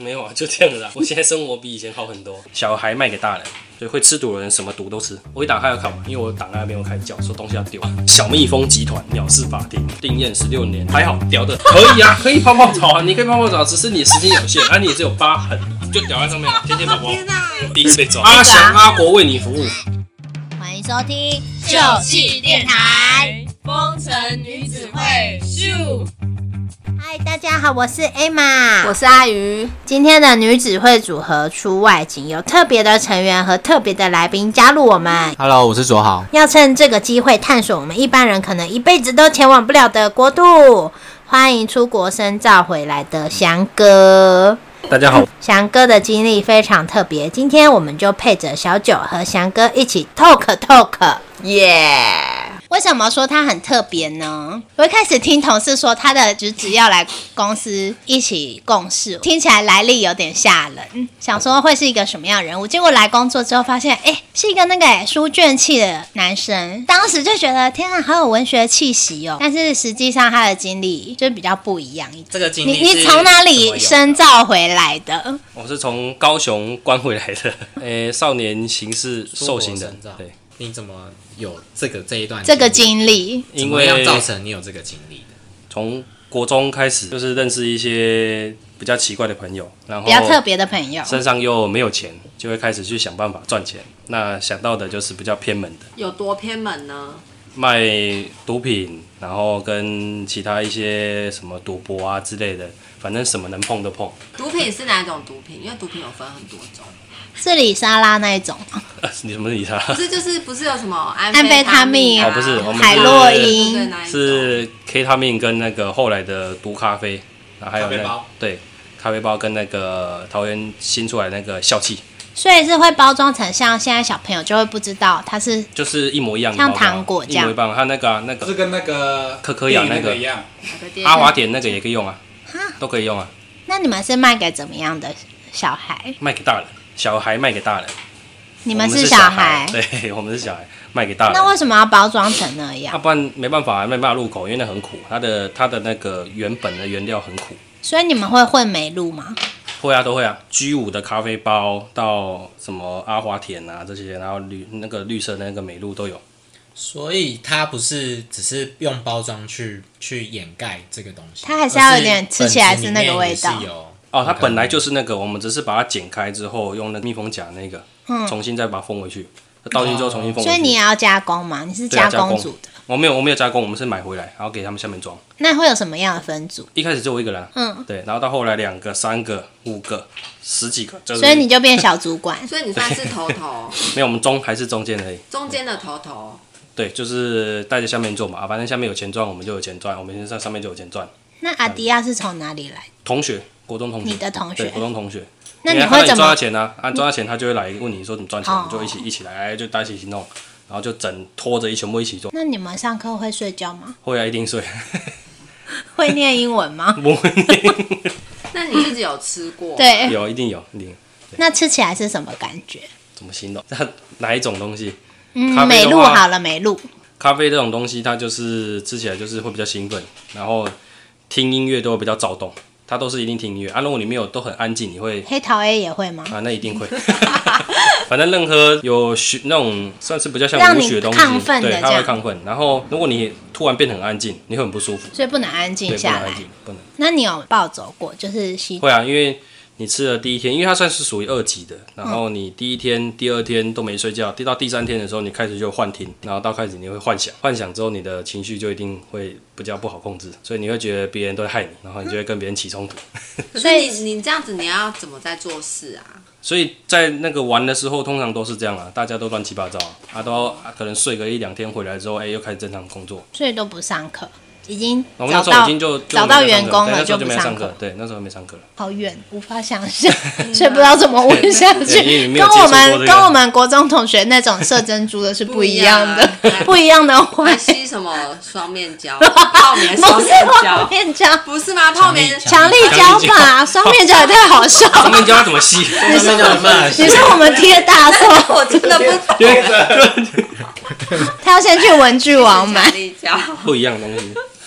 没有啊，就这样子啦。我现在生活比以前好很多。小孩卖给大人，所以会吃毒的人什么毒都吃。我一打开要看嘛，因为我档案没有开叫，说东西要丢。小蜜蜂集团藐视法庭，定验16年，还好屌的，可以啊，可以泡泡澡啊，你可以泡泡澡，只是你时间有限，你也只有疤痕，就屌在上面了。天天宝宝，第一次被抓。阿翔阿国为你服务。 欢迎收听秀气电台，风尘女子会咻。 嗨，大家好，我是 Emma， 我是阿鱼。 今天的女子会组合出外景，有特别的成员和特别的来宾加入我们。 Hello， 我是卓豪。 要趁这个机会探索我们一般人可能一辈子都前往不了的国度。欢迎出国深造回来的翔哥。 大家好， 翔哥的经历非常特别，今天我们就配着小酒和翔哥一起 talk， 耶！为什么说他很特别呢？我一开始听同事说他的侄子要来公司一起共事，听起来来历有点吓人，想说会是一个什么样的人物，结果来工作之后发现，是一个那个书卷气的男生，当时就觉得天啊，好有文学气息哦。但是实际上他的经历就比较不一样一点。 这个经历你从哪里深造回来的？ 我是从高雄关回来的，少年刑事受刑人。对。 你怎么有这一段这个经历？ 因为要造成你有这个经历的？ 从国中开始，就是认识一些比较奇怪的朋友，然后比较特别的朋友， 身上又没有钱，就会开始去想办法赚钱。那想到的就是比较偏门的。 有多偏门呢？ 卖毒品，然后跟其他一些什么赌博啊之类的，反正什么能碰都碰。 毒品是哪种毒品？因为毒品有分很多种。 是里沙拉那一种吗？ 你什么是里沙拉？ 不是有什么安非他命啊？ 不是，我们海洛因是 K 他命跟那个后来的毒咖啡，然后还有那个对咖啡包跟那个桃园新出来那个笑气。 所以是会包装成像现在小朋友就会不知道它是就是一模一样的， 像糖果这样， 一模一样。它那个是跟那个可雅那个一样， 阿华田那个也可以用啊，都可以用啊。 那你们是卖给怎么样的小孩？ 卖给大人，小孩卖给大人。 你们是小孩？ 对，我们是小孩卖给大人。 那为什么要包装成那样？ 不然没办法，没办法入口，因为那很苦，它的那个原本的原料很苦。 所以你们会混美露吗？ 会啊，都会啊。G5的咖啡包到什么阿华田啊这些，然后绿色的那个美露都有。 所以它不是只是用包装去掩盖这个东西， 它还是要有点吃起来是那个味道。 它本来就是那个，我们只是把它剪开之后，用那个密封夹那个，重新再把它封回去，倒进之后重新封回去。 所以你也要加工吗？你是加工组的？ 我没有加工，我们是买回来，然后给他们下面装。 那会有什么样的分组？ 一开始就我一个人，对，然后到后来2个、3个、5个、10几个， 所以你就变小主管。 所以你算是头头？ 没有，我们还是中间而已。 中间的头头。 对，就是带着下面做嘛，反正下面有钱赚，我们就有钱赚，我们上面就有钱赚。 那阿迪亚是从哪里来？ 同学，国中同学。 你的同学？ 对，国中同学。 那你会怎么赚到钱呢？赚到钱他就会来问你说怎么赚钱，我们就一起来，就大家一起弄，然后就拖着全部一起做。 那你们上课会睡觉吗？ 会啊，一定睡。 会念英文吗？ 不会念。 那你自己有吃过？ 对， 有，一定有，一定。 那吃起来是什么感觉？ 怎么形容？哪一种东西？ 美露好了，美露。 咖啡这种东西，它就是吃起来就是会比较兴奋，然后听音乐都会比较躁动，它都是一定听音乐啊。如果你没有都很安静，你会黑桃 A 也会吗？ 那一定会。反正任何有那种算是比较像无血的东西，对，它会亢奋。然后如果你突然变得很安静，你会很不舒服， 所以不能安静下来。 不能。 那你有暴走过？就是会啊，因为你吃了第一天，因为它算是属于2级的，然后你第一天、第2天都没睡觉，到第3天的时候，你开始就幻听，然后到开始你会幻想之后，你的情绪就一定会比较不好控制，所以你会觉得别人都在害你，然后你就会跟别人起冲突。 所以你这样子，你要怎么在做事啊？ 所以在那个玩的时候，通常都是这样啊，大家都乱七八糟都可能睡个1-2天回来之后，又开始正常工作， 所以都不上课。已经我们那时候已经找到员工了， 就没上课。对，那时候没上课了。 好远，无法想象，所以不知道怎么问下去。跟我们国中同学那种射珍珠的是不一样的，不一样的话。 还吸什么双面胶？泡棉双面胶？不是吗？泡棉强力胶吧？双面胶也太好笑了。 双面胶要怎么吸？ 你是我们贴大错， 我真的不懂。 他要先去文具王买。 不一样的东西。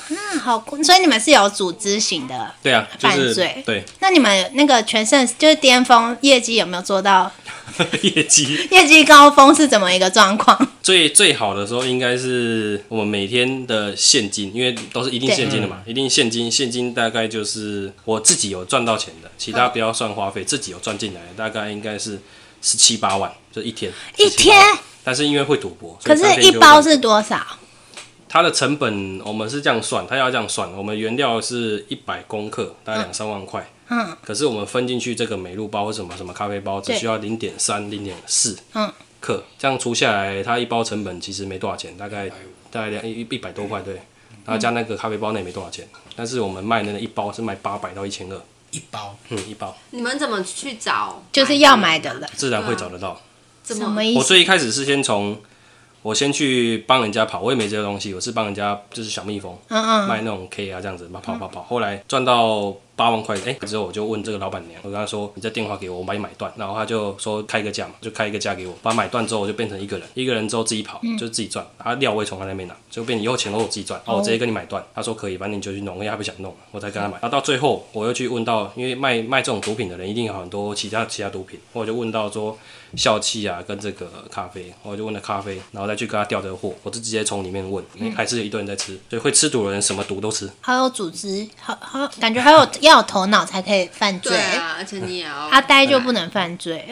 好酷，所以你们是有组织型的对啊，就是犯罪。 对那你们那个全盛就是巅峰业绩有没有做到？ 业绩高峰是怎么一个状况？ 最好的时候应该是我们每天的现金，因为都是一定现金的嘛，一定现金大概就是我自己有赚到钱的，其他不要算花费，自己有赚进来的大概应该是17、8万，就一天。 一天？ 但是因为会赌博， 可是一包是多少？ 它的成本我们是这样算，它要这样算，我们原料是100公克，大概2、3万块。可是我们分进去这个美露包或什么咖啡包，只需要0.3、0.4克，这样除下来，它一包成本其实没多少钱，大概100多块，对。然后加那个咖啡包那也没多少钱，但是我们卖的那一包是卖800到1200。 一包， 一包。 你们怎么去找？ 就是要买的人， 自然会找得到。 什么意思？ 我最一开始是我先去帮人家跑，我也没这些东西，我是帮人家就是小蜜蜂，卖那种 K 啊这样子，跑。后来赚到8万块，之后我就问这个老板娘，我跟她说，你再电话给我，我帮你买断。然后她就说开一个价嘛，就开一个价给我，把它买断之后，我就变成一个人之后自己跑，就自己赚。料我也从他那边拿，就变成以后钱都我自己赚。我直接跟你买断，他说可以，反正你就去弄，因为他不想弄，我才跟他买。然后到最后我又去问到，因为卖这种毒品的人一定有很多其他毒品，我就问到说笑气啊跟这个咖啡，我就问了咖啡，然后再去跟他调这个货，我就直接从里面问，还是有一堆人在吃，所以会吃毒的人什么毒都吃， 好有组织，好感觉要有头脑才可以犯罪。 对啊，而且你也要阿呆就不能犯罪，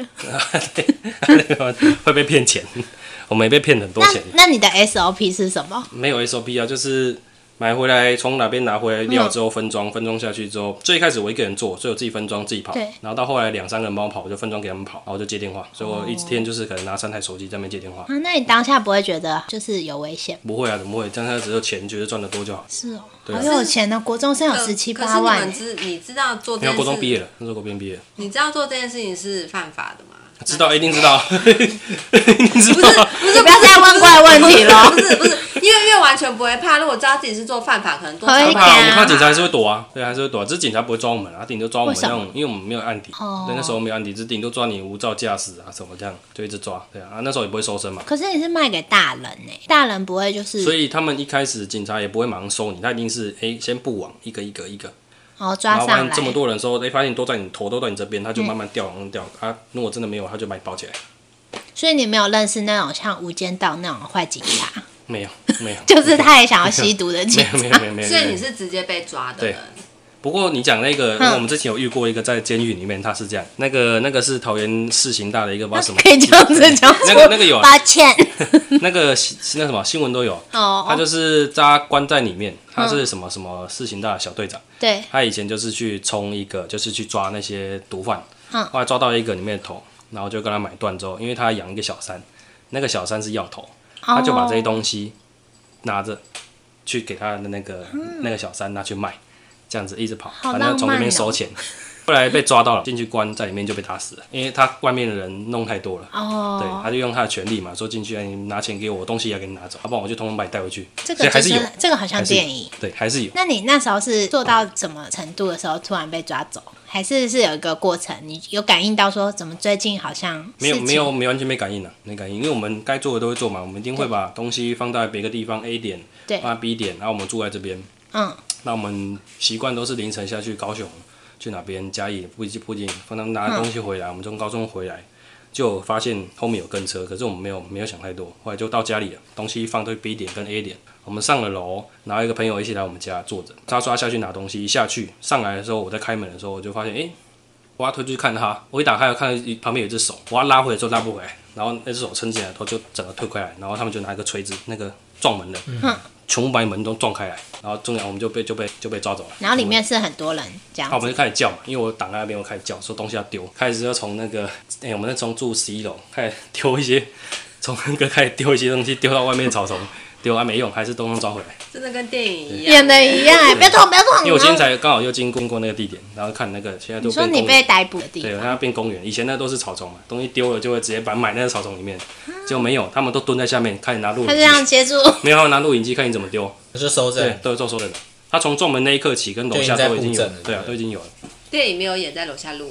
会被骗钱，我们也被骗很多钱。 那你的 SOP 是什么？ 没有 SOP 啊，就是买回来从哪边拿回来料之后分装下去之后，最一开始我一个人做，所以我自己分装自己跑，然后到后来2、3个人帮我跑，我就分装给他们跑，然后我就接电话，所以我一天就是可能拿3台手机在那边接电话。 那你当下不会觉得就是有危险？ 不会啊，怎么会？当下只有钱，觉得赚得多就好。 是哦，好有钱的，国中生有17、8万。 你知道做这件事？ 国中毕业了，那时候国中毕业。 你知道做这件事情是犯法的吗？ 知道，一定知道，一定知道。 不是，不要再问怪问题了。 不是，因为完全不会怕。如果知道自己是做犯法，可能多少怕。我们怕警察还是会躲啊，对，还是会躲。只是警察不会抓我们啊，顶多抓我们那种，因为我们没有案底。对，那时候没有案底，只顶多抓你无照驾驶啊什么这样，就一直抓。对啊，那时候也不会收身嘛。 可是你是卖给大人欸，大人不会就是。 所以他们一开始警察也不会马上收你，他一定是先布网一个。 抓上来。 然后这么多人说，发现都在你头都在你这边，他就慢慢调往上调。如果真的没有，他就把你包起来。 所以你没有认识那种像无间道那种坏警察？ 没有。 就是他也想要吸毒的警察。 没有。 所以你是直接被抓的人。 不过你讲那个，我们之前有遇过一个在监狱里面，他是这样，那个是桃园市刑大的一个，不知道什么， 可以这样子讲。 那个有啊， 抱歉。 那什么新闻都有。他就是关在里面，他是什么市刑大的小队长。 对。 他以前就是去冲一个，就是去抓那些毒贩。后来抓到一个里面的头，然后就跟他买断之后，因为他养一个小三，那个小三是要头，他就把这些东西拿着去给他的那个小三拿去卖。这样子一直跑，反正从那边收钱。后来被抓到了，进去关在里面就被打死了，因为他外面的人弄太多了。对，他就用他的权利嘛，说进去你拿钱给我，东西也要给你拿走，要不然我就通通把你带回去。 这个还是有，这个好像电影。 对，还是有。 那你那时候是做到什么程度的时候突然被抓走？还是有一个过程？你有感应到说怎么最近好像没完全没感应啊，没感应，因为我们该做的都会做嘛，我们一定会把东西放在别个地方 A 点，放在 B 点，然后我们住在这边。那我们习惯都是凌晨下去高雄，去哪边嘉义附近，帮他们拿东西回来。我们从高中回来，就发现后面有跟车，可是我们没有想太多，后来就到家里了，东西放在 B 点跟 A 点。我们上了楼，然后一个朋友一起来我们家坐着，他说他下去拿东西，一下去上来的时候，我在开门的时候，我就发现，我要推去看他，我一打开，看到旁边有一只手，我要拉回来之后拉不回来，然后那只手撑起来，头就整个推开来，然后他们就拿一个锤子，那个撞门的。全部把门都撞开来，然后重要我们就被抓走了。 然后里面是很多人这样。 我们就开始叫嘛，因为我挡在那边，我开始叫说东西要丢，开始就从那个我们那从住11楼开始丢一些，从那个开始丢一些东西丢到外面的草丛，丢没用，还是都能抓回来。 真的跟电影一样， 演的一样不要动。 因为我今天才刚好又经过那个地点，然后看那个现在都变公园。你说你被逮捕的地方？ 对，它变公园。以前那都是草丛嘛，东西丢了就会直接把埋在草丛里面，结果没有，他们都蹲在下面开始拿录影机。 他这样接住？ 没有，他们拿录影机看你怎么丢。 就收着， 对，都有做收着的。他从撞门那一刻起，跟楼下都已经有，对啊，都已经有了。 电影没有演在楼下录影。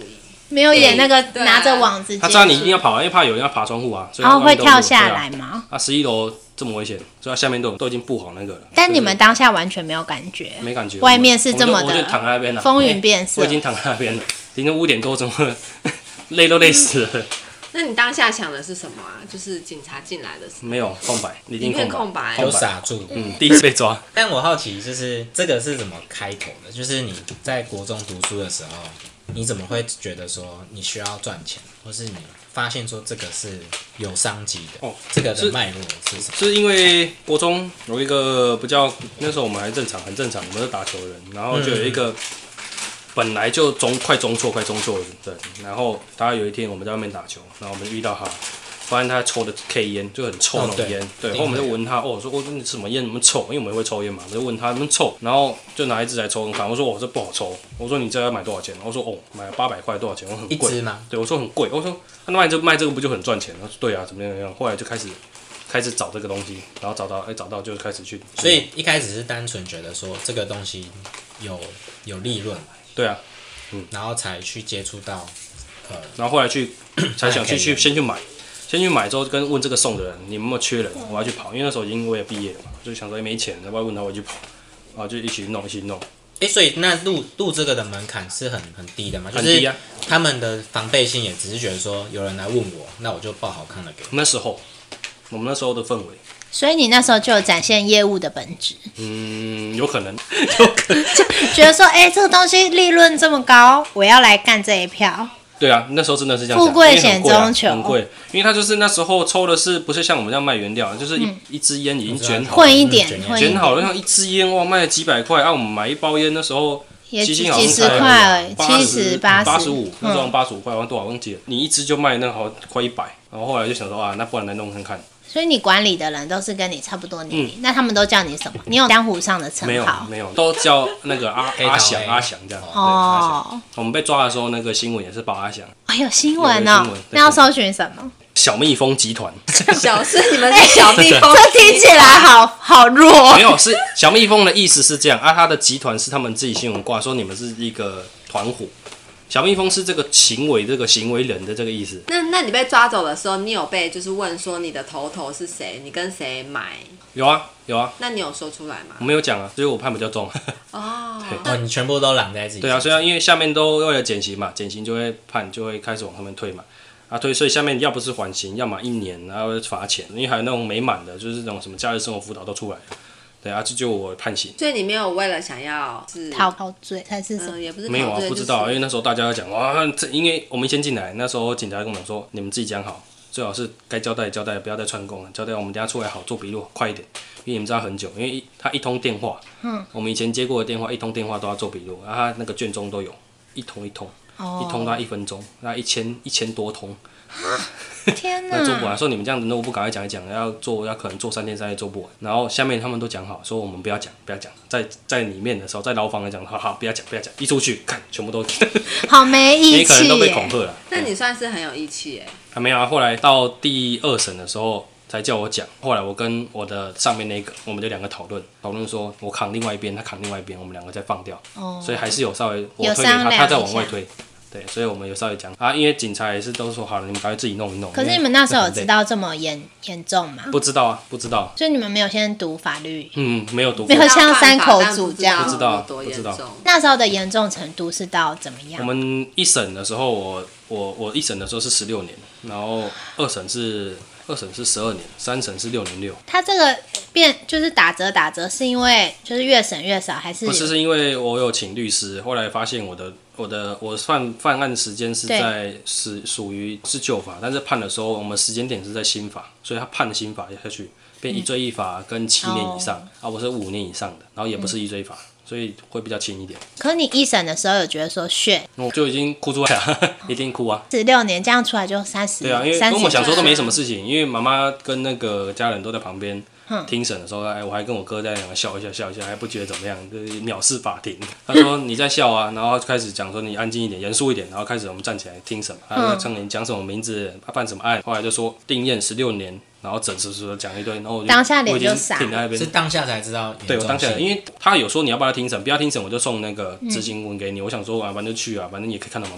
没有演那个拿着网子接住。 他知道你一定要跑，因为怕有人要爬窗户啊，所以会跳下来吗？ 啊，11楼这么危险，所以他下面都已经布好那个了。 但你们当下完全没有感觉， 没感觉， 外面是这么的， 我就躺在那边了， 风云变色。 我已经躺在那边了，凌晨5点多，怎么累都累死了。 那你当下想的是什么啊？就是警察进来的时候， 没有空白，一定空白， 有傻住。 第一次被抓。 但我好奇，就是这个是怎么开头的？就是你在国中读书的时候，你怎么会觉得说你需要赚钱，或是你发现说这个是有商机的？这个的脉络是什么？ 是因为国中有一个比较，那时候我们还正常，很正常，我们是打球的人，然后就有一个。本来就快中辍的人，然后他有一天我们在外面打球，然后我们遇到他，发现他抽的 K 烟就很臭那种烟，对，然后我们就闻他，我说你什么烟那么臭？因为我们会抽烟嘛，我就问他能不能抽，然后就拿一支来抽看，我说这不好抽，我说你这要买多少钱？我说买了800块多少钱？我说很贵， 一支吗？ 对，我说很贵，我说那卖这个不就很赚钱？他说对啊，怎么样？后来就开始找这个东西，然后找到就开始去， 所以一开始是单纯觉得说这个东西有利润。 对啊， 然后才去接触到， 然后后来才想先去买之后跟问这个送的人，你们有没有缺人？我要去跑，因为那时候我也毕业了嘛，就想说没钱，要不要问他我去跑，然后就一起弄。 所以那录这个的门槛是很低的嘛， 很低啊。 他们的防备心也只是觉得说有人来问我，那我就报好看的给。 那时候我们那时候的氛围。 所以你那时候就有展现业务的本质。 有可能， 就觉得说，这个东西利润这么高，我要来干这一票。 对啊，那时候真的是这样想。 富贵险中求， 很贵，因为他就是那时候抽的是不是像我们这样卖原料，就是一支烟已经卷好了， 混一点， 卷好了，像一支烟卖了几百块，我们买一包烟那时候。 也几十块而已，70、 85，那时候85块，多少忘记了。你一支就卖那好快100，然后后来就想说那不然来弄看看。 所以你管理的人都是跟你差不多年龄，那他们都叫你什么？你有江湖上的称号？ 没有，都叫那个阿翔这样。我们被抓的时候，那个新闻也是报阿翔。 有新闻哦，那要搜寻什么？ 小蜜蜂集团。 你们是小蜜蜂， 这听起来好弱。 没有，是小蜜蜂的意思是这样他的集团是他们自己新闻挂说你们是一个团伙。小蜜蜂是这个行为人的这个意思。 那你被抓走的时候，你有被就是问说你的头是谁？你跟谁买？ 有啊。 那你有说出来吗？ 我没有讲啊，所以我判比较重。 你全部都揽在自己。 对啊，所以因为下面都为了减刑嘛，减刑就会开始往他们退嘛。推，所以下面要不是缓刑，要么1年，然后罚钱，因为还有那种美满的，就是那种什么假日生活辅导都出来了。对啊，就我判刑。 所以你没有为了想要逃罪还是什么？ 也不是没有啊，不知道，因为那时候大家在讲因为我们先进来，那时候警察跟我们说，你们自己讲好，最好是该交代交代，不要再串供了，交代我们等一下出来好做笔录，快一点，因为你们知道很久，因为他一通电话，我们以前接过的电话，一通电话都要做笔录，然后他那个卷宗都有，一通，一通大概1分钟，大概1000多通。 天哪！ 那做不完，说你们这样子，那我不赶快讲一讲，要可能做3天3夜做不完。然后下面他们都讲好，说我们不要讲，在里面的时候，在牢房来讲，好，不要讲，一出去看全部都好没义气， 可能都被恐吓了。 那你算是很有义气耶。 没有啊，后来到第2审的时候才叫我讲。后来我跟我的上面那个，我们就2个讨论说，我扛另外一边，他扛另外一边，我们2个再放掉。所以还是有稍微我推给他再往外推。对，所以我们有稍微讲因为警察也是都说好了，你们赶快自己弄一弄。 可是你们那时候有知道这么严重吗？ 不知道啊，不知道。 所以你们没有先读法律？ 没有读过。 没有像3口组这样。 不知道。 那时候的严重程度是到怎么样？ 我们1审的时候，我1审的时候是16年，然后2审是12年，3审是6年6。 他这个就是打折，是因为就是越审越少，还是？ 不是，是因为我有请律师，后来发现我犯案时间是在属于是旧法，但是判的时候我们时间点是在新法，所以他判的新法下去变一罪一罚跟7年以上，我是5年以上的，然后也不是一罪法。所以会比较轻一点。 可是你1审的时候有觉得说我就已经哭出来了，一定哭啊 ！16年这样出来就30。 对啊，因为跟我想说都没什么事情，因为妈妈跟那个家人都在旁边听审的时候，我还跟我哥在两个笑一下，还不觉得怎么样，就是藐视法庭。他说你在笑啊，然后开始讲说你安静一点，严肃一点，然后开始我们站起来听审嘛。他说你讲什么名字，犯什么案，后来就说定验16年。然后整讲一堆，然后我就当下脸就傻， 是当下才知道。 对，我当下，因为他有说你要不要听审，不要听审，我就送那个执行文给你。我想说反正就去啊，反正也可以看到妈妈。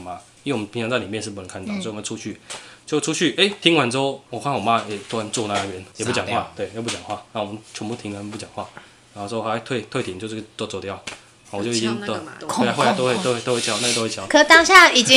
因为我们平常在里面是不能看到，所以我们出去。就出去，听完之后，我看我妈也突然坐在那边，也不讲话，对，又不讲话，然后我们全部停了，不讲话，然后说还退庭，就是都走掉，我就已经对，后来都会敲，那个都会敲。 可当下已经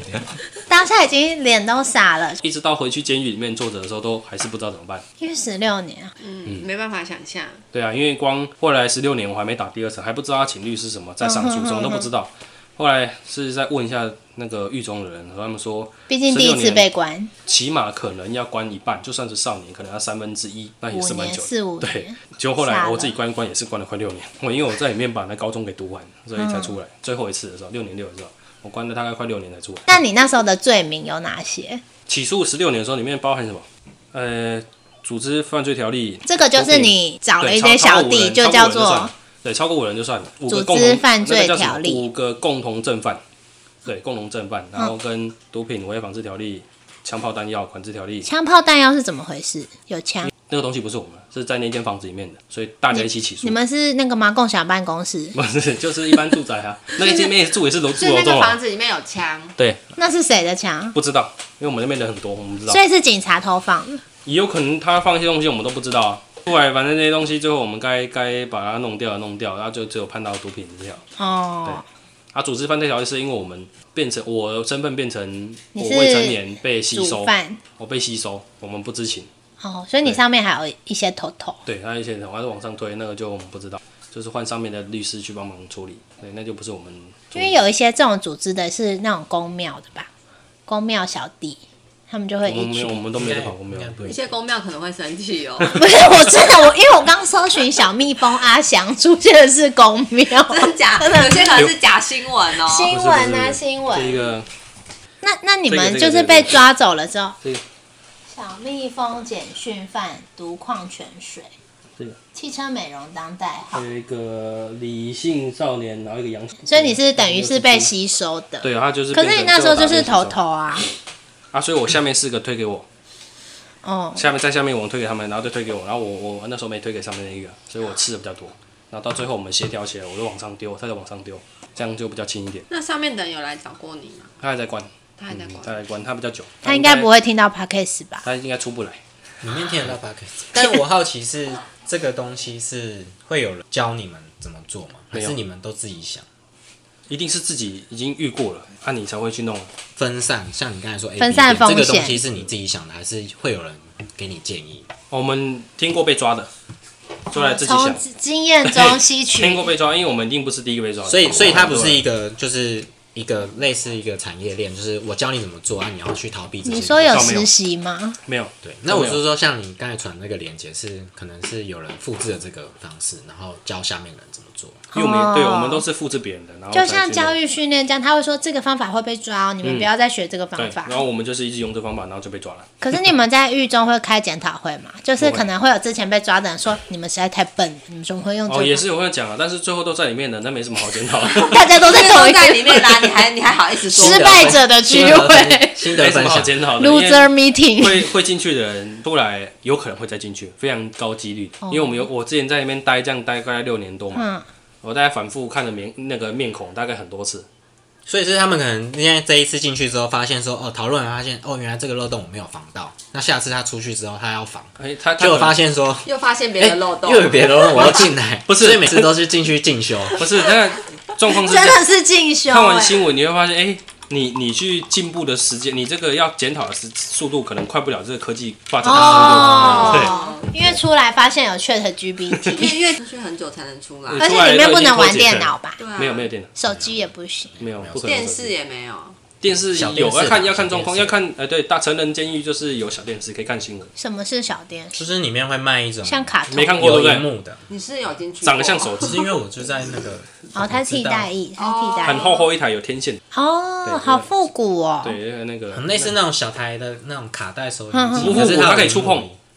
脸都傻了， 一直到回去监狱里面坐着的时候，都还是不知道怎么办。 因为16年啊， 没办法想象。 对啊，因为光后来16年我还没打第2层，还不知道他请律师什么，在上诉什么都不知道。后来是在问一下那个狱中的人，他们说， 毕竟第一次被关， 起码可能要关一半，就算是少年，可能要1/3，那也是蛮久的。 4、5年。 对，结果后来我自己关也是关了快6年，因为我在里面把那高中给读完，所以才出来。最后一次的时候，6年6的时候，我关了大概快6年才出来。 那你那时候的罪名有哪些？ 起诉16年的时候，里面包含什么？组织犯罪条例。 这个就是你找了一些小弟，就叫做对，超过5人就算了。 组织犯罪条例 ，5个共同正犯。对，共同正犯，然后跟毒品危害防治条例、枪炮弹药管制条例。 枪炮弹药是怎么回事？有枪？ 那个东西不是我们，是在那间房子里面的，所以大家一起起诉。 你们是那个吗？共享办公室？ 不是，就是一般住宅啊。那个间面住也是住所以那个房子里面有枪。 对。 那是谁的枪？ 不知道，因为我们那边人很多，我们不知道。 所以是警察偷放的。 也有可能他放一些东西，我们都不知道啊。后来反正那些东西最后我们该把它弄掉，然后就只有判到毒品这条。 哦。 对。组织犯罪条例是因为我们我身份变成我未成年被吸收，我被吸收，我们不知情。 哦，所以你上面还有一些头。 对，还有一些人还是往上推，那个就我们不知道，就是换上面的律师去帮忙处理。对，那就不是我们。 因为有一些这种组织的是那种公庙的吧，公庙小弟。他们就会一群， 我们都没有在跑公庙， 一些公庙可能会生气哦。 不是，我真的因为我刚搜寻小蜜蜂阿翔出现的是公庙， 真假？有些可能是假新闻哦。 新闻啊，新闻。 这个， 那你们就是被抓走了之后，小蜜蜂简讯犯毒矿泉水，汽车美容当代号， 有一个理性少年，然后一个阳， 所以你是等于是被吸收的。 对，他就是。 可是你那时候就是头啊。 所以我下面4个推给我，在下面我推给他们，然后就推给我，然后我那时候没推给上面那一个，所以我吃的比较多，然后到最后我们协调起来，我就往上丢，他就往上丢，这样就比较轻一点。 那上面的人有来找过你吗？ 他还在关， 他在关，他比较久， 他应该不会听到 podcast 吧？ 他应该出不来， 里面听得到 podcast， 但我好奇是这个东西是会有人教你们怎么做吗？还是你们都自己想？ 一定是自己已经遇过了，你才会去弄分散。像你刚才说， 分散风险， 这个东西是你自己想的，还是会有人给你建议？ 我们听过被抓的，就来自己想。 从经验中吸取。 听过被抓，因为我们一定不是第一个被抓的。 所以它不是一个，就是一个类似一个产业链，就是我教你怎么做你要去逃避这些。 你说有实习吗？ 没有。 对，那我是说，像你刚才传那个链接是，可能是有人复制了这个方式，然后教下面的人怎么做。 因为我们都是复制别人的，然后就像教育训练这样，他会说这个方法会被抓你们不要再学这个方法。 然后我们就是一直用这方法，然后就被抓了。 可是你们在狱中会开检讨会吗？就是可能会有之前被抓的人说你们实在太笨，你们怎么会用这个？ 也是有会讲但是最后都在里面的，那没什么好检讨的。 大家都在同一个里面啦，你还好意思说？ 失败者的聚会， 心得分享。 Loser meeting， 会进去的人出来有可能会再进去，非常高几率。因为我之前在那边待大概6年多嘛。我大概反复看了那个面孔大概很多次， 所以是他们可能因为这一次进去之后发现说讨论发现原来这个漏洞我没有防到，那下次他出去之后他要防， 他就发现说又发现别的漏洞， 又有别的漏洞我要进来， 不是， 所以每次都是进去进修， 不是那状况是真的是进修。 看完新闻你会发现你去进步的时间，你这个要检讨的速度可能快不了这个科技发展的速度。 对，因为出来发现有 ChatGPT， 因为出去很久才能出来， 而且里面不能玩电脑吧？ 对啊， 没有电脑， 手机也不行， 没有，不可能， 电视也没有。 电视有要看状况，要看对大成人监狱就是有小电视可以看新闻。 什么是小电视？ 就是里面会卖一种像卡通， 没看过对不对？ 有荧幕的， 你是有进去？ 长得像手机， 因为我就在那个它替代役，它替代役很厚一台有天线。 好复古哦。 对，那个很类似那种小台的那种卡带收音机， 可是它可以触碰。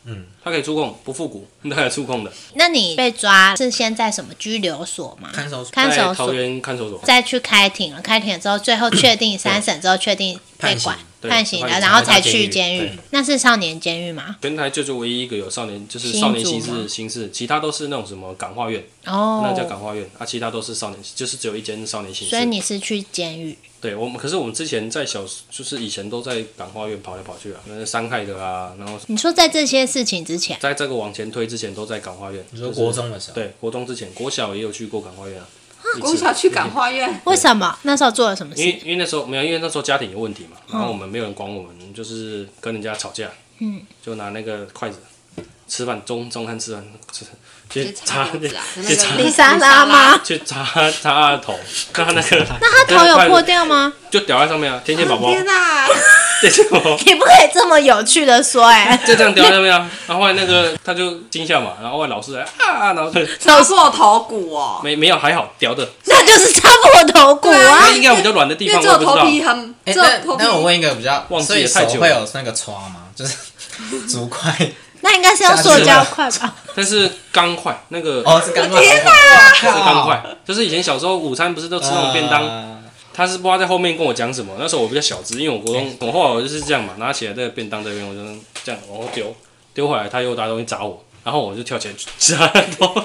他可以触控，不复古，他可以触控的。 那你被抓是先在什么拘留所吗？ 看守所， 看守在桃所， 园看守所， 再去开庭了。开庭了之后，最后确定3审之后确定被管判刑了，然后才去监狱。那是少年监狱吗？ 全台就唯一一个有少年，就是少年刑事，其他都是那种什么感化院，那叫感化院啊，其他都是少年，就是只有一间少年刑事。 所以你是去监狱？ 对，可是我们之前在就是以前都在感化院跑来跑去啊，那伤害的啊，然后你说在这些事情之前， 在这个往前推之前都在感化院。 你说国中的时候？ 对，国中之前，国小也有去过感化院啊。 国小去感化院， 为什么？那时候做了什么事？ 因为那时候没有，因为那时候家庭有问题嘛，然后我们没有人管我们，就是跟人家吵架，就拿那个筷子吃饭，中餐吃饭，去擦丽莎拉吗？ 去擦他的头，看他那个， 那他头有破掉吗？ 就掉在上面啊，天线宝宝。 天哪！ 你不可以这么有趣的说就这样掉在上面啊。然后后来那个他就惊吓嘛，然后后来老师来啊，然后擦破头骨哦。 没有还好掉的， 那就是擦破头骨啊。 应该有比较软的地方， 因为我不知道。 头皮很， 那我问一个比较， 忘记了太久了， 会有那个刷吗？就是竹块。 那应该是用塑胶块吧？ 但是钢块那个是钢块。 天哪！ 是钢块，就是以前小时候午餐不是都吃那种便当？他是不知道在后面跟我讲什么。那时候我比较小只，因为我后来我就是这样嘛，拿起来这个便当这边，我就这样往后丢回来，他又拿东西砸我，然后我就跳起来擦他头，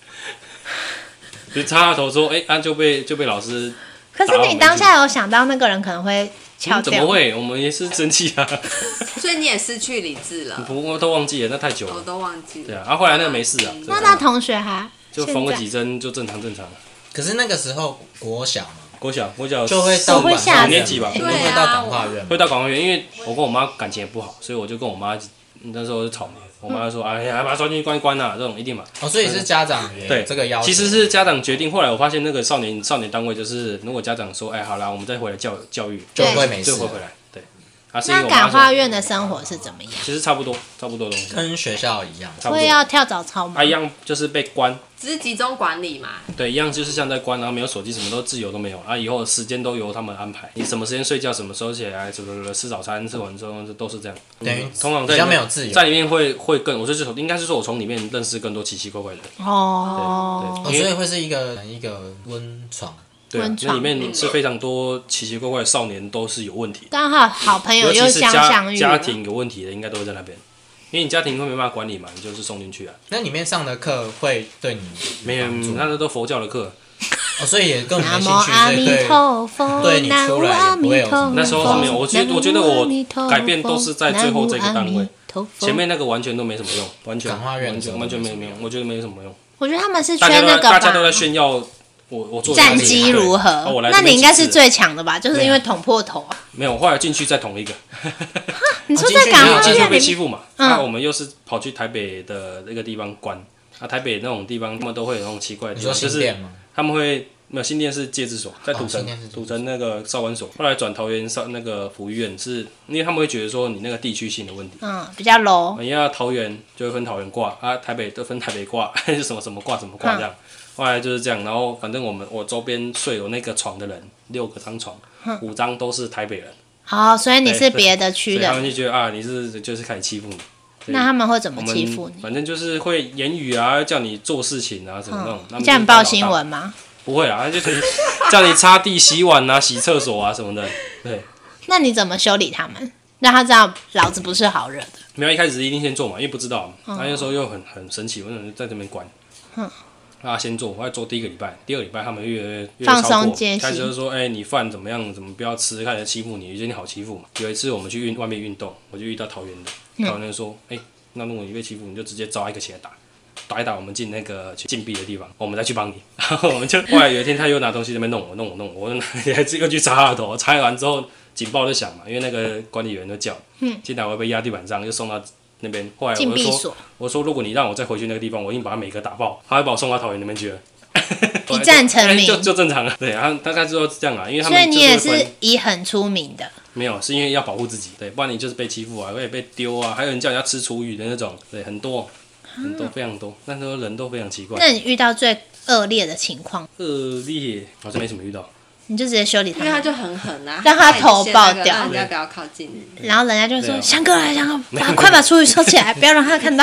就擦他头说，就被老师。 可是你当下有想到那个人可能会翘掉？ 怎么会？我们也是生气啊。 所以你也失去理智了。 我都忘记了，那太久了。 我都忘记了。 对啊，后来那个没事啊。 那同学还就缝个几针就正常。 可是那个时候国小嘛， 国小就会到 5年级吧， 会到感化院， 会到感化院，因为我跟我妈感情也不好，所以我就跟我妈那时候就吵嘛。我妈就说：“哎呀，把他抓进去关一关啊，这种一定嘛。” 所以是家长对这个要求。 其实是家长决定。后来我发现那个少年单位就是，如果家长说：“好啦，我们再回来教育， 就会没事， 就会回来。”对。 那感化院的生活是怎么样？ 其实差不多东西， 跟学校一样。 会要跳早操吗？ 一样就是被关。 只是集中管理嘛。 对，一样就是像在关，然后没有手机，什么都自由都没有，以后时间都由他们安排，你什么时间睡觉，什么时候起来，吃早餐，吃完之后都是这样。 等于通常比较没有自由， 在里面会更，我就是应该是说我从里面认识更多奇奇怪怪的人。 对， 所以会是一个温床。 对，那里面是非常多奇奇怪怪的少年，都是有问题。 刚好好朋友又相遇， 家庭有问题的，应该都会在那边。因为你家庭会没办法管理嘛，你就是送进去啊。 那里面上的课会对你没有，那都佛教的课。 所以也更没兴趣。 阿弥陀佛， 对你出来也不会有什么。 那时候是没有，我觉得我改变都是在最后这个单位，前面那个完全都没什么用，完全没有用，我觉得没什么用。 我觉得他们是缺那个吧， 大家都在炫耀。我做战绩如何？那你应该是最强的吧？就是因为捅破头啊。 没有，我后来进去再捅一个。 你说在感化院被欺负嘛？我们又是跑去台北的那个地方关。台北那种地方，他们都会有那种奇怪的地方，就是他们会没有新店是戒治所，在土城那个少管所，后来转桃园那个福医院，是因为他们会觉得说你那个地区性的问题， 比较 low。 你要桃园就会分桃园挂台北就分台北挂，还是什么挂这样。后来就是这样，然后反正我周边睡有那个床的人，6张床，5张都是台北人。 所以你是别的区的， 他们就觉得你就是开始欺负你。 那他们会怎么欺负你？ 反正就是会言语啊，叫你做事情啊，什么那种。 叫你报新闻吗？ 不会啊，就是叫你擦地、洗碗啊、洗厕所啊什么的。对。那你怎么修理他们，让他知道老子不是好惹的？ 没有，一开始一定先做嘛，因为不知道嘛。那时候又很神奇，我就在这边关。先做，我要做第1个礼拜，第2个礼拜他们越放超过， 松开始就说，你饭怎么样，怎么不要吃，开始欺负你，觉得你好欺负嘛。有一次我们去外面运动，我就遇到桃园的，桃园人说，那如果你被欺负，你就直接招一个起来打一打，我们进那个禁闭的地方，我们再去帮你。然后我们就后来有一天他又拿东西在那边弄我还又去擦他的头，擦完之后警报就响嘛，因为那个管理员就叫，进来我会被压地板上，就送到那边。后来我说如果你让我再回去那个地方，我一定把他每个打爆，他会把我送到桃园那边去了。 一战成名就正常了，对，然后大概就这样啊，因为他们所以你也是以很出名的。 没有，是因为要保护自己，对，不然你就是被欺负啊，会被丢啊，还有人叫人家吃厨余的那种，对，很多非常多，那时候人都非常奇怪。 那你遇到最恶劣的情况？ 恶劣好像没什么遇到。 你就直接修理他， 因为他就很狠啊， 让他头爆掉， 让人家不要靠近你。 然后人家就说：“翔哥来，翔哥，快把厨余收起来，不要让他看到。”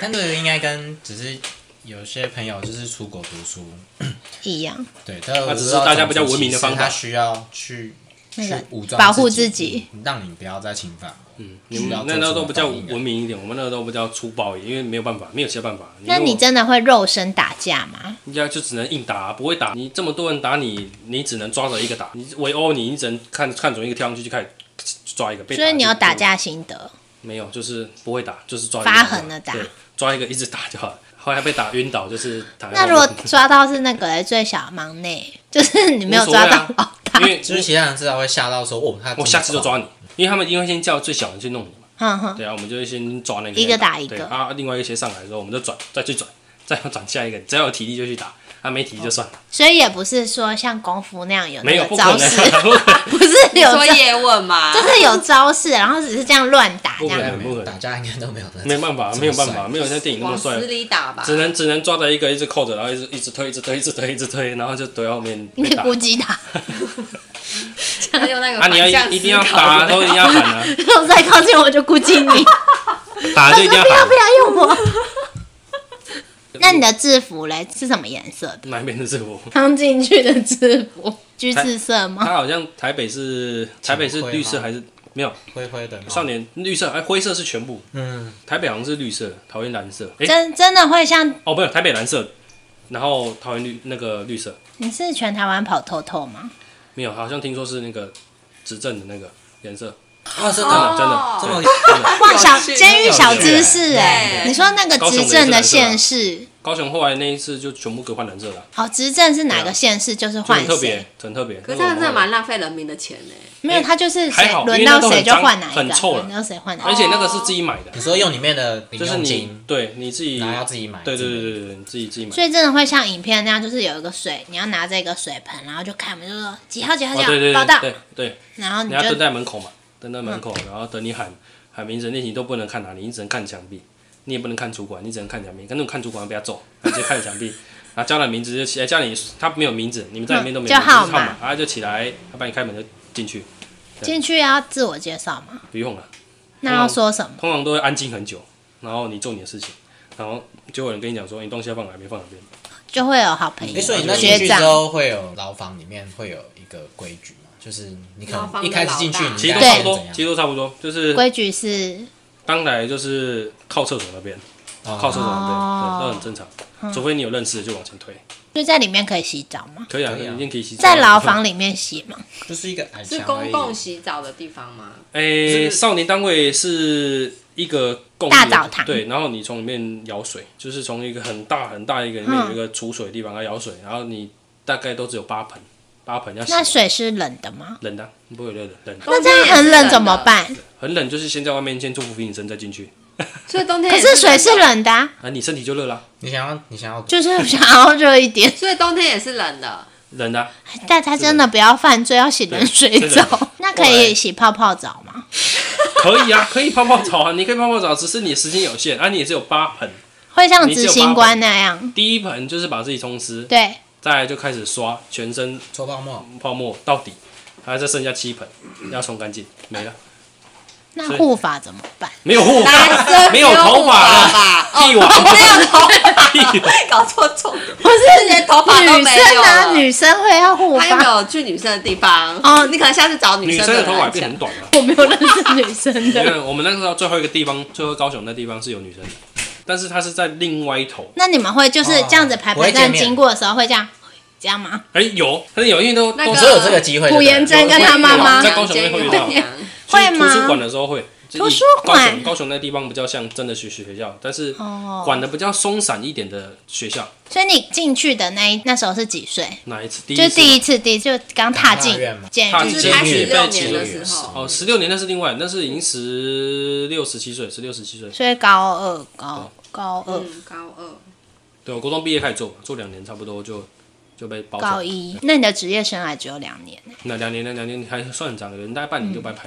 但这个应该跟只是有些朋友就是出国读书一样。 对， 他只是大家比较文明的方法， 他需要去武装保护自己， 让你不要再侵犯。 你们那都不叫文明一点，我们那个都不叫粗暴一点，因为没有办法，没有其他办法。 那你真的会肉身打架吗？ 就只能硬打，不会打。你这么多人打你，你只能抓着一个打。你围殴你只能看准一个跳上去就开始抓一个。 所以你有打架心得？ 没有，就是不会打，就是抓一个发狠的打， 对，抓一个一直打就好了。后来被打晕倒，就是那如果抓到是那个最小忙内，就是你没有抓到老大， 因为就是其他人至少会吓到说我下次就抓你，因为他们一定会先叫最小的去弄你嘛。对啊，我们就会先抓那个一个打一个， 另外一个先上来的时候，我们就再去转，再转下一个，只要有体力就去打。没体力就算了， 所以也不是说像功夫那样有没有招式，不是有说叶问嘛， 就是有招式，然后只是这样乱打，这样不可能打架应该都没有没办法，没有办法，没有像电影那么帅， 往死里打吧， 只能抓着一个一直扣着，然后一直推，然后就推到后面你估计打。 用那个你要一定要打，都一定要喊啊！ 我再靠近我就估计你， 打就一定要喊， 不要用我。那你的制服嘞是什么颜色的？ 哪边的制服？ 刚进去的制服，橘紫色吗？ 它好像台北是绿色还是没有灰的？ 少年绿色，灰色是全部。台北好像是绿色，桃园蓝色。 真的会像不是台北蓝色，然后桃园绿色。 你是全台湾跑透透吗？ 没有，好像听说是那个执政的那个颜色。 真的这么哇，监狱小知识哎！你说那个执政的县市， 高雄后来那一次就全部给换蓝色了。 执政是哪个县市就是换谁， 很特别。 可是这样真的蛮浪费人民的钱呢。 没有，他就是轮到谁就换哪一个， 很臭了， 轮到谁换哪一个。而且那个是自己买的。 你说用里面的零用金， 对，你自己要自己买。 对，你自己买。 所以真的会像影片那样，就是有一个水，你要拿着一个水盆，然后就看，我们就说几号报到。 对， 然后你要蹲在门口嘛。蹲在门口，然后等你喊名字，那你都不能看哪里，你只能看墙壁，你也不能看主管，你只能看墙壁。跟那种看主管不要走，直接看墙壁，然后叫他名字就起来，叫你他没有名字，你们在里面都没有名字，号码，然后就起来，他帮你开门就进去。 进去要自我介绍吗？ 不用了。 那要说什么？ 通常都会安静很久，然后你做你的事情，然后就有人跟你讲说你东西要放哪边放哪边， 就会有好朋友。 所以你那进去之后会有牢房里面会有一个规矩。就是你可能一开始进去， 其实都差不多，就是规矩是刚来就是靠厕所那边，靠厕所那边，都很正常，除非你有认识的就往前推。 所以在里面可以洗澡吗？ 可以啊，一定可以洗澡。 在牢房里面洗吗？ 就是一个矮墙而已。 是公共洗澡的地方吗？ 少年单位是一个大澡堂， 对，然后你从里面舀水，就是从一个很大一个里面有一个储水的地方来舀水，然后你大概都只有8盆要洗。 那水是冷的吗？ 冷的，不会热的，冷的。 那这样很冷怎么办？ 很冷就是先在外面先做伏地挺身再进去。 所以冬天可是水是冷的啊， 你身体就热了。 你想要就是想要热一点， 所以冬天也是冷的。 冷的。 大家真的不要犯罪，要洗冷水澡。那可以洗泡泡澡吗？ 可以啊，可以泡泡澡啊，你可以泡泡澡，只是你时间有限，你也是有8盆。 会像执行官那样。 第1盆就是把自己冲湿。 对。 再来就开始刷全身搓泡沫到底，还再剩下7盆要冲干净，没了。 那护发怎么办？ 没有护发，没有头发了，屁王没有头发，搞错重点。 不是连头发都没有了。 女生会要护发， 他有没有去女生的地方？你可能下次找女生的头发变很短了。 我没有认识女生的。 因为我们那时候最后一个地方，最后高雄那地方是有女生的。但是它是在另外一头。 那你们会就是这样子排站经过的时候会这样吗？ 有，但是有，因为都有这个机会。 朴妍珍跟他妈妈在高雄那会遇到， 会吗？ 图书馆的时候会。 图书馆， 高雄那地方比较像真的学校，但是管的比较松散一点的学校。 所以你进去的那时候是几岁？ 哪一次？ 就第一次就刚踏进监狱， 就是开16年的时候。 16年那是另外，那是已经16、17岁，16、17岁。 所以高二。 对，我国中毕业开始做2年，差不多就被保守。 高1，那你的职业生涯只有2年？ 那2年还算很长的，人大概半年就白拍了。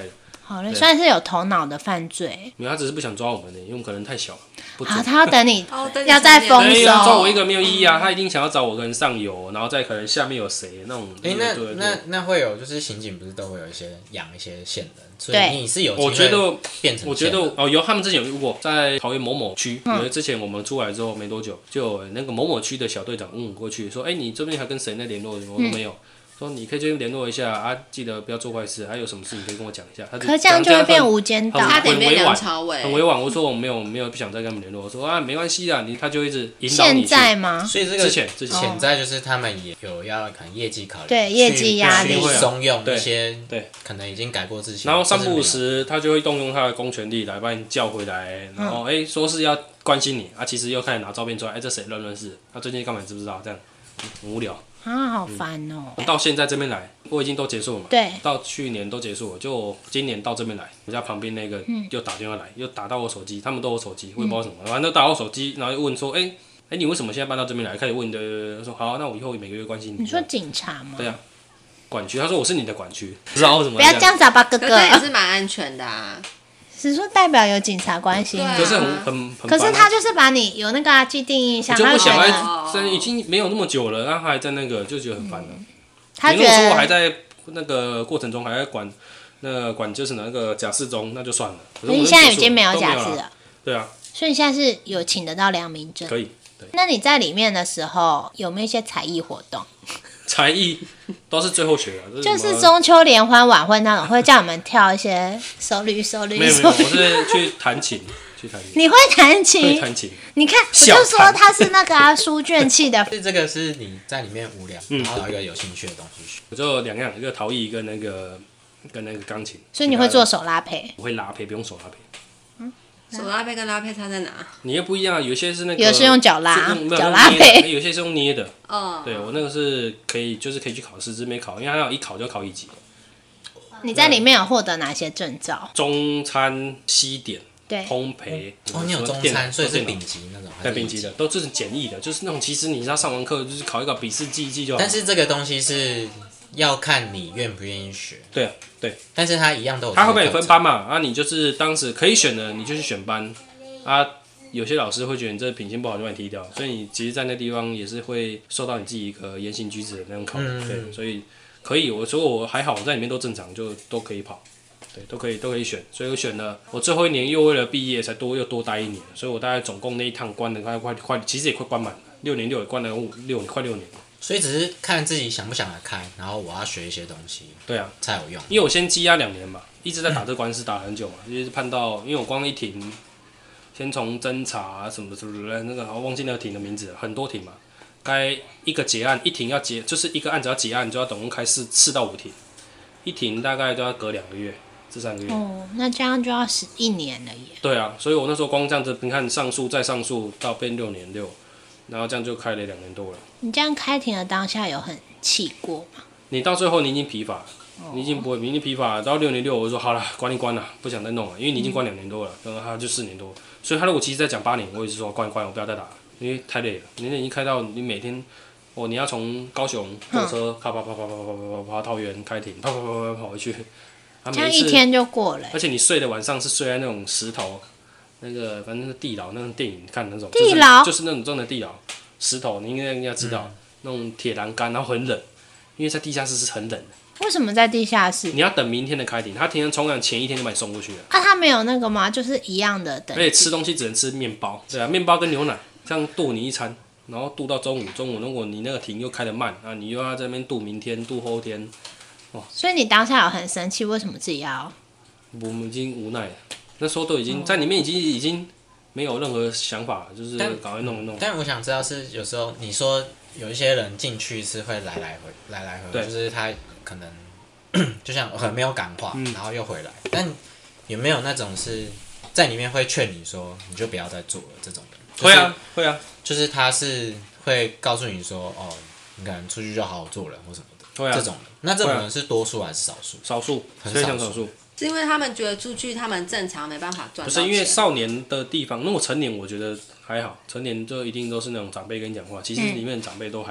好了，算是有头脑的犯罪。 没有，他只是不想抓我们的，因为我们可能太小了。 好，他要等你要再丰收。 抓我一个没有意义啊，他一定想要找我跟上游，然后再可能下面有谁那种。 那会有就是刑警不是都会有一些养一些线人，所以你是有机会变成。 我觉得有他们之前有遇过，在桃园某某区，因为之前我们出来之后没多久，就有那个某某区的小队长过去说，你这边还跟谁在联络？我说没有。说你可以去联络一下啊，记得不要做坏事，还有什么事情可以跟我讲一下。 可这样就会变无间道， 差点变梁朝伟， 很委婉。我说我没有不想再跟他们联络。我说啊，没关系啊，他就一直引导你去。 现在吗？ 所以这个之前潜在就是他们也有要可能业绩考虑， 对业绩压力， 松用一些可能已经改过自新。 然后三不五时他就会动用他的公权力来把你叫回来，然后说是要关心你啊，其实又开始拿照片出来，这谁认识？他最近干嘛知不知道？这样很无聊。 好烦哦！ 到现在这边来，我已经都结束了嘛。 对。 到去年都结束了，就今年到这边来，我家旁边那个又打电话来，又打到我手机，他们都有手机，我也不知道什么，反正都打我手机，然后又问说，你为什么现在搬到这边来？开始问的，说好，那我以后每个月关心你。 你说警察吗？ 对啊，管区，他说我是你的管区，不知道为什么。 不要这样子啊，吧哥哥。 也是蛮安全的啊。 只说代表有警察关心， 可是很可是他就是把你有那个既定印象， 就不想已经没有那么久了，然后还在那个就觉得很烦了。 他如果说我还在那个过程中还在管就是那个假释中，那就算了。可是你现在已经没有假释了， 对啊， 所以你现在是有请得到良民证， 可以。对， 那你在里面的时候有没有一些才艺活动？ 才艺都是最后学的， 就是中秋联欢晚会那种，会叫你们跳一些手律。 没有，我是去弹琴， 你会弹琴？ 会弹琴。 你看，我就说他是那个书卷气的。 这个是你在里面无聊，然后找一个有兴趣的东西学。 我就两样，一个陶艺，跟那个钢琴。 所以你会做手拉胚？ 我会拉胚，不用手拉胚。 手拉胚跟拉胚差在哪？ 你又不一样啊，有些是那个， 有是用脚拉胚， 有些是用捏的。 哦， 对我那个是可以去考试，只是没考，因为它要一考就要考1级。 你在里面有获得哪些证照？ 中餐、西点、 对， 烘焙。 你有中餐，所以是丙级那种， 对，丙级的，都是简易的，就是那种其实你要上完课就是考一个笔试记一记就好。 但是这个东西是要看你愿不愿意学。 对啊，对。 但是它一样都有。 它会不会分班嘛？啊，你就是当时可以选的，你就去选班。啊，有些老师会觉得你这品性不好就把你踢掉，所以你其实在那地方也是会受到你自己一个言行举止的那种考量。对，所以可以，我还好，我在里面都正常，就都可以跑。对，都可以选，所以我选了。我最后1年又为了毕业才又多待1年，所以我大概总共那一趟关了快，其实也快关满了，6年6也关了快6年。 所以只是看自己想不想来开，然后我要学一些东西， 对啊， 才有用。 因为我先积压2年嘛，一直在打这官司，打很久嘛，就是判到，因为我光一庭，先从侦查什么那个，忘记那个庭的名字了，很多庭嘛，该一个结案，一庭要结，就是一个案子要结案，就要总共开4到5庭，一庭大概都要隔2个月至3个月。 哦，那这样就要11年了耶。 对啊，所以我那时候光这样子，你看上诉再上诉到变6年6。然后这样就开了2年多了。 你这样开庭的当下有很气过吗？ 你到最后你已经疲乏了，你已经不会，你已经疲乏了。到6年6，我就说好了，关一关了，不想再弄了，因为你已经关2年多了，然后他就4年多。所以他如果其实在讲8年，我也是说关一关，我不要再打了，因为太累了。你已经开到你每天，你要从高雄坐车跑到桃园开庭，跑回去。 这样1天就过了。 而且你睡的晚上是睡在那种石头。那个反正是地牢，那种电影看那种地牢， 就是那种真的地牢，石头，你应该知道，那种铁栏杆，然后很冷，因为在地下室是很冷的。 为什么在地下室？ 你要等明天的开庭，他庭重阳前1天就把你送过去了。 啊，他没有那个吗？就是一样的等。 而且吃东西只能吃面包，对啊，面包跟牛奶，这样度你一餐，然后度到中午，如果你那个庭又开得慢，啊，你又要在那边度明天，度后天， 所以你当下有很生气，为什么自己要？ 我们已经无奈了。那时候都已经在里面，已经没有任何想法了，就是赶快弄一弄。 但我想知道是有时候你说有一些人进去是会来回，就是他可能就像很没有感化，然后又回来。但有没有那种是在里面会劝你说你就不要再做了这种人？就是、 会啊， 就是他是会告诉你说你可能出去就好好做人或什么的。 会啊， 这种人，那这种人是多数还是少数？ 少数，非常少数。 是因为他们觉得出去他们正常没办法赚到钱。 不是因为少年的地方，如果成年我觉得还好，成年就一定都是那种长辈跟你讲话，其实里面长辈都还好。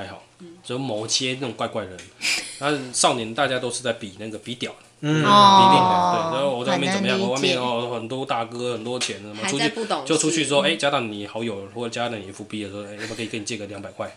就某些那种怪怪的人。然后少年大家都是在比那个比屌， 嗯， 比定的，对。然后我在外面怎么样？我外面很多大哥很多钱，什么出去就出去说，加到你好友或者加到你 FB 的时候，要不要可以跟你借个200块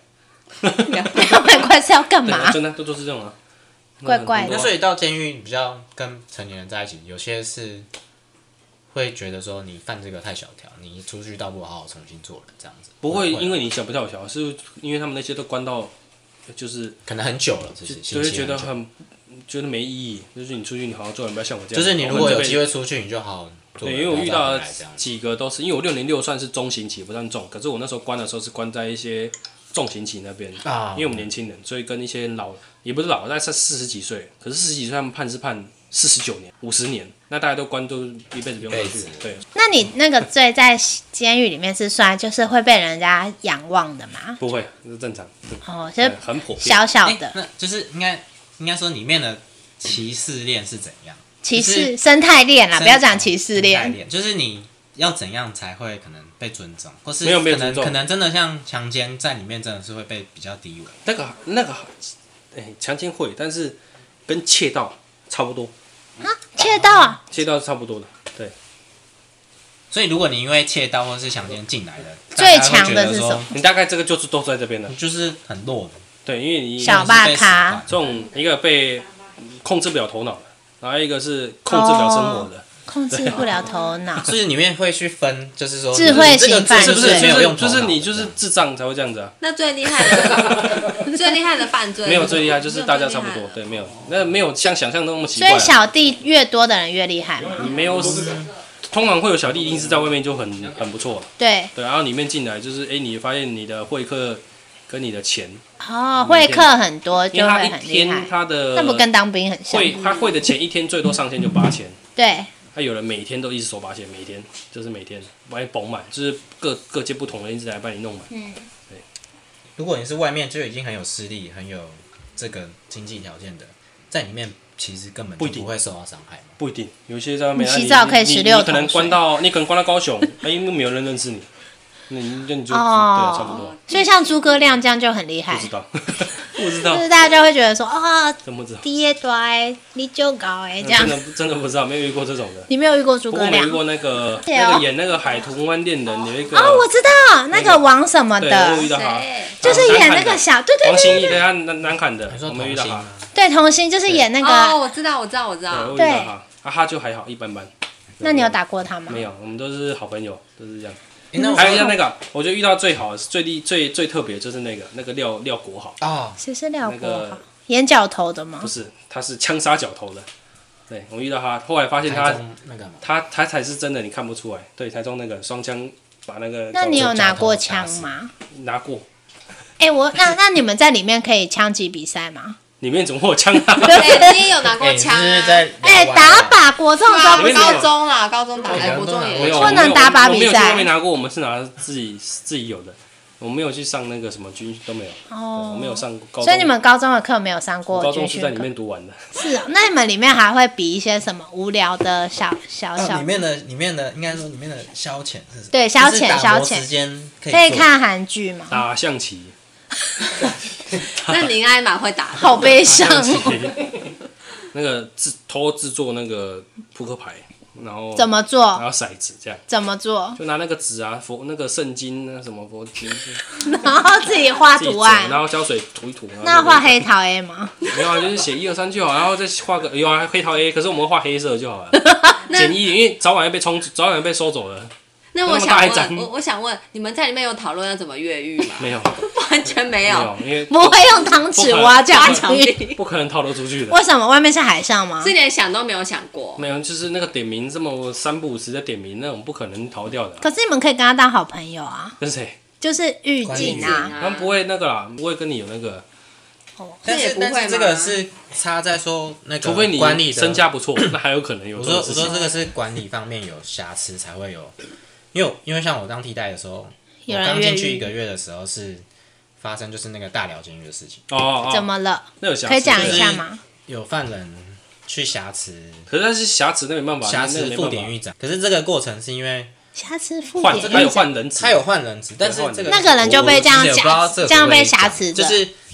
？200块是要干嘛？ 真的都是这种啊。 怪怪的。 那所以到监狱比较跟成年人在一起，有些是会觉得说你犯这个太小条，你出去倒不如好好重新做人这样子。 不会，因为你小不跳小，是因为他们那些都关到，就是可能很久了， 就会觉得没意义。就是你出去，你好好做人，不要像我这样。 就是你如果有机会出去，你就好好做人。 对，因为我遇到几个都是，因为我606算是中刑期，不算重。可是我那时候关的时候是关在一些重刑期那边，因为我们年轻人，所以跟一些也不是老，大概40几岁。可是40几岁他们判是判49年、50年，那大家都关都一辈子不用出去。对。 那你那个罪在监狱里面是算就是会被人家仰望的吗？ 不会，这是正常。 哦，就是很普遍， 小小的。 那就是应该说里面的歧视链是怎样？ 歧视生态链啦，不要讲歧视链， 就是你要怎样才会可能被尊重，或是可能真的像强奸在里面真的是会被比较低微。 那个，强奸会，但是跟窃盗差不多。 啊，窃盗啊？ 窃盗是差不多的，对。 所以如果你因为窃盗或是强奸进来的， 最强的是什么？ 你大概这个就是都在这边的， 就是很弱的。 对，因为你小霸咖这种一个被控制不了头脑的，然后一个是控制不了生活的。 控制不了头脑， 所以里面会去分，就是说智慧型犯罪是不是没有用？ 就是你就是智障才会这样子啊。 那最厉害的犯罪没有最厉害，就是大家差不多，对，没有，那没有像想象中那么奇怪。 所以小弟越多的人越厉害嘛。 你没有，通常会有小弟一定是在外面就很不错。 对， 然后里面进来就是你发现你的会客跟你的钱会客很多就会很厉害。那不跟当兵很像？ 他汇的钱一天最多上限就8000。 对。 他有人每天都一直收8000，每天就是每天把你绷满，就是各界不同的一直来把你弄满。对。 如果你是外面就已经很有势力、很有这个经济条件的，在里面其实根本就不会受到伤害嘛。 不一定，有些在外面洗澡可以16桶水， 你可能关到高雄，因为没有人认识你。那你就对啊，差不多。 所以像诸葛亮这样就很厉害。 不知道， 就是大家就会觉得说真不知道， 爹对，你就高这样。 真的不知道，没有遇过这种的。 你没有遇过诸葛亮？ 我遇过那个演那个《海豚湾恋人》有一个我知道那个王什么的， 对，我遇到他， 就是演那个小对王心怡对他南坎的，我们遇到他。对， 童星就是演那个。 我知道。 对，我遇到他，他就还好，一般般。 那你有打过他吗？ 没有，我们都是好朋友，都是这样。还有像那个，我觉得遇到最好、最特别就是那个廖国豪啊， 谁是廖国豪？演角头的吗？ 不是，他是枪杀角头的。对，我遇到他，后来发现他才是真的，你看不出来。对，台中那个双枪把那个。 那你有拿过枪吗？ 拿过。 那你们在里面可以枪击比赛吗？ 里面怎么会有枪啊？ 你也有拿过枪啊？ 打靶，国中的时候高中啦，高中打，国中也有。 不能打靶比赛。 我没有去外面拿过，我们是拿自己有的。我没有去上那个什么军都没有。我没有上高中。 所以你们高中的课没有上过军训课？ 高中是在里面读完的。 是那你们里面还会比一些什么无聊的小？ 里面的应该说里面的消遣是什么？ 对，消遣时间可以看韩剧吗？ 打象棋。 那你应该蛮会打的。 好悲伤。 那个偷制作那个扑克牌，然后怎么做？ 然后骰子这样。 怎么做？ 就拿那个纸啊，那个圣经那什么佛经， 然后自己画图案， 然后胶水涂一涂。 那画黑桃 A 吗？ 没有啊，就是写1、2、3就好，然后再画个黑桃 A， 可是我们画黑色就好了，简易，因为早晚要被收走了。 那我想问，你们在里面有讨论要怎么越狱吗？ 没有， 完全没有， 因为不会用汤匙挖墙壁， 不可能逃得出去的。 为什么？外面是海上吗？ 是连想都没有想过。 没有，就是那个点名这么3不5时的点名，那种不可能逃掉的。 可是你们可以跟他当好朋友啊。 跟谁？ 就是狱警啊。 他们不会那个啦，不会跟你有那个。 但是这个是差在说那个， 除非你管理身家不错，那还有可能有。 我说这个是管理方面有瑕疵才会有。因为像我当替代的时候，我刚进去1个月的时候是发生就是那个大寮监狱的事情。 怎么了？ 那有瑕疵， 可以讲一下吗？ 有犯人去瑕疵， 可是那是瑕疵，那没办法， 瑕疵副典狱长。可是这个过程是因为瑕疵副典狱长， 他有换人质， 他有换人质，但是这个那个人就被这样被瑕疵的， 就是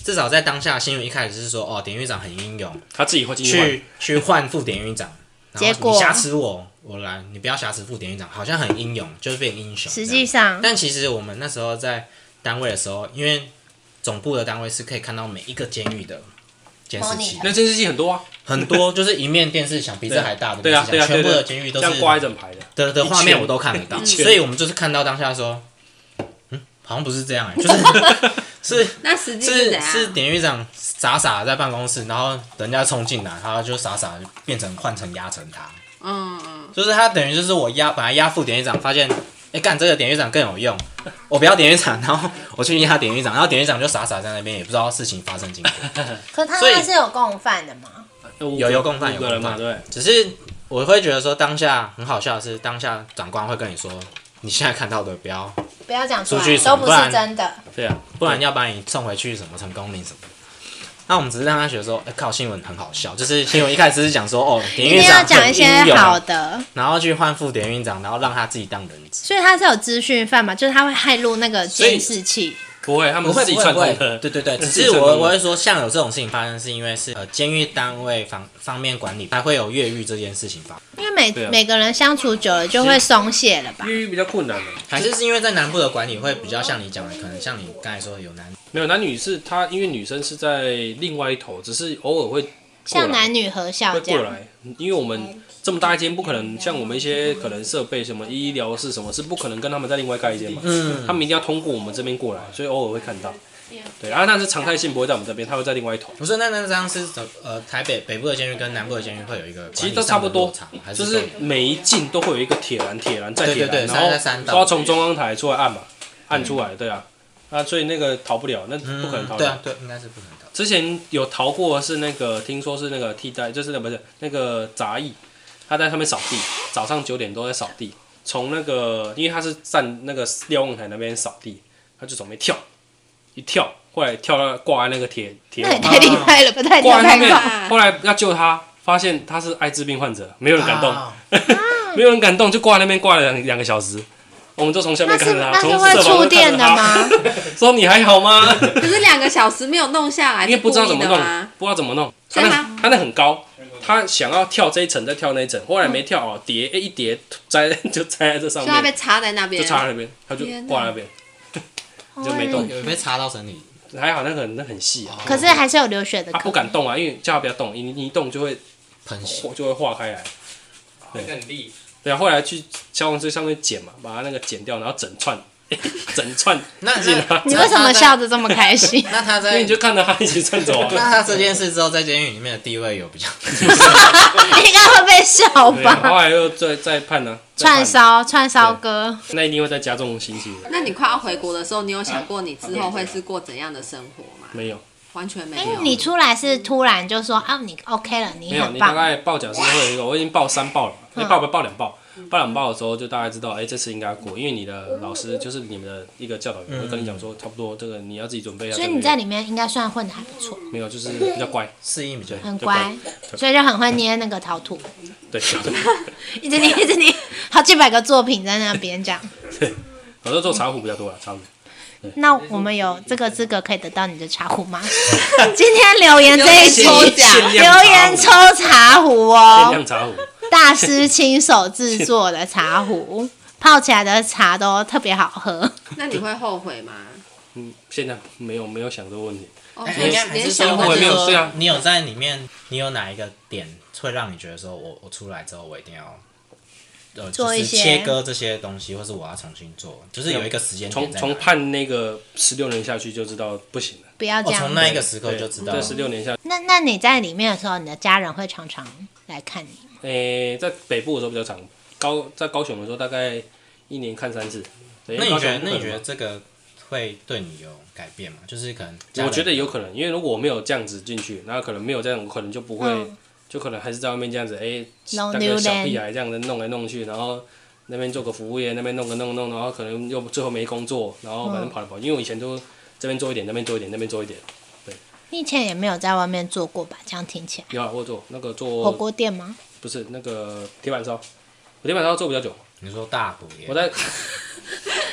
至少在当下新闻一开始是说，典狱长很英勇， 他自己会进去换副典狱长， 结果你挟持我来，你不要挟持副典狱长，好像很英勇，就是变英雄。 实际上， 但其实我们那时候在单位的时候，因为总部的单位是可以看到每一个监狱的监视器， 那监视器很多啊， 很多，就是一面电视墙比这还大的对啊， 全部的监狱都是这样挂一整排的画面我都看得到，所以我们就是看到当下说，好像不是这样就是那实际是怎样？ 是典狱长傻傻的在办公室，然后人家冲进来，他就傻傻的换成压成他，就是他等于就是我本来压副典狱长，发现干这个典狱长更有用，我不要典狱长，然后我去压典狱长，然后典狱长就傻傻在那边，也不知道事情发生经过。 可他那是有共犯的吗？ 有共犯， 有人嘛，对。 只是我会觉得说当下很好笑的是，当下长官会跟你说，你现在看到的不要讲出来， 出去都不是真的。 对啊， 不然要把你送回去什么成功岭什么的。那我们只是让他觉得说，靠，新闻很好笑，就是新闻一开始是讲说，典狱长一定要讲一些好的， 然后去换副典狱长，然后让他自己当人质。 所以他是有资讯犯嘛，就是他会骇入那个监视器。 不会，他们是自己串通的。 对，只是我会说，像有这种事情发生，是因为是监狱单位方面管理才会有越狱这件事情发生。 因为每个人相处久了就会松懈了吧？ 越狱比较困难的， 还是因为在南部的管理会比较像你讲的，可能像你刚才说有没有男女是他，因为女生是在另外一头，只是偶尔会像男女合校这样。 会过来，因为我们这么大一间，不可能像我们一些可能设备什么医疗室什么，是不可能跟他们在另外盖一间嘛。他们一定要通过我们这边过来，所以偶尔会看到。对，然后但是常态性不会在我们这边，他会在另外一头。 不是，那这样是台北部的监狱跟南部的监狱会有一个其实都差不多，就是每一进都会有一个铁栏再铁栏，然后都要从中央台出来按嘛，按出来，对啊，所以那个逃不了，那不可能逃了。 对，应该是不可能逃。 之前有逃过是那个，听说是那个替代，就是不是那个杂役，他在上面扫地，早上9点多在扫地，从那个因为他是站那个瞭望台那边扫地，他就准备跳，一跳，后来跳到挂在那个铁那也太厉害了吧，太厉挂在那害边，后来要救他，发现他是艾滋病患者，没有人敢动，没有人敢动，就挂在那边挂了2个小时。我们就从下面看着他， 那是会触电的吗？ 说你还好吗？ 可是2个小时没有弄下来， 因为不知道怎么弄，不知道怎么弄。他那很高，他想要跳这一层再跳那一层，后来没跳叠一叠就栽在这上面， 所以他被插在那边， 就插在那边，他就挂在那边，就没动。 有被插到身体？ 还好那很细啊。 可是还是有流血的。 他不敢动啊，因为叫他不要动，你一动就会喷血， 就会化开来。 对，很利。 对啊，后来去消防队上面剪嘛，把它那个剪掉，然后整串。 那你为什么笑得这么开心？ 那他在， 因为你就看着他一起窜走啊。 那他这件事之后，在监狱里面的地位有比较， 应该会被笑吧？ 后来又再判呢， 串烧哥， 那一定会再加重刑期。 那你快要回国的时候，你有想过你之后会是过怎样的生活吗？ 没有， 完全没有。 你出来是突然就说你 OK 了，你很棒。 没有，你大概报奖是会有一个，我已经报3报了，报2报。报2报的时候，就大概知道，这次应该过，因为你的老师就是你们的一个教导员，会跟你讲说，差不多这个你要自己准备。 所以你在里面应该算混得还不错。 没有，就是比较乖， 适应比较很乖，所以就很会捏那个陶土。 对， 一直捏，好几百个作品在那边这样。 对，我都做茶壶比较多了，茶壶。 那我们有这个资格可以得到你的茶壶吗？今天留言这一集留言抽茶壶哦， 限量茶壶， 大师亲手制作的茶壶，泡起来的茶都特别好喝。 那你会后悔吗？ 现在没有想这个问题。 应该还是说， 没有对啊， 你有在里面，你有哪一个点会让你觉得说我出来之后我一定要。就是切割这些东西，或是我要重新做，就是有一个时间点。 从判那个16年下去就知道不行了， 不要这样。 从那一个时刻就知道。 对，16年下。 那你在里面的时候，你的家人会常常来看你？在北部的时候比较长，在高雄的时候大概1年看3次。 那你觉得这个会对你有改变吗？就是可能， 我觉得有可能，因为如果我没有这样子进去，然后可能没有这样，我可能就不会。就可能还是在外面这样子，当个小屁孩这样子弄来弄去，然后那边做个服务业，那边弄，然后可能又最后没工作，然后反正跑来跑去。因为我以前都这边做一点，那边做一点，那边做一点。对。 你以前也没有在外面做过吧？这样听起来。 有啊，我做那个做火锅店吗？ 不是那个铁板烧，我铁板烧做比较久。 你说大火耶？ 我在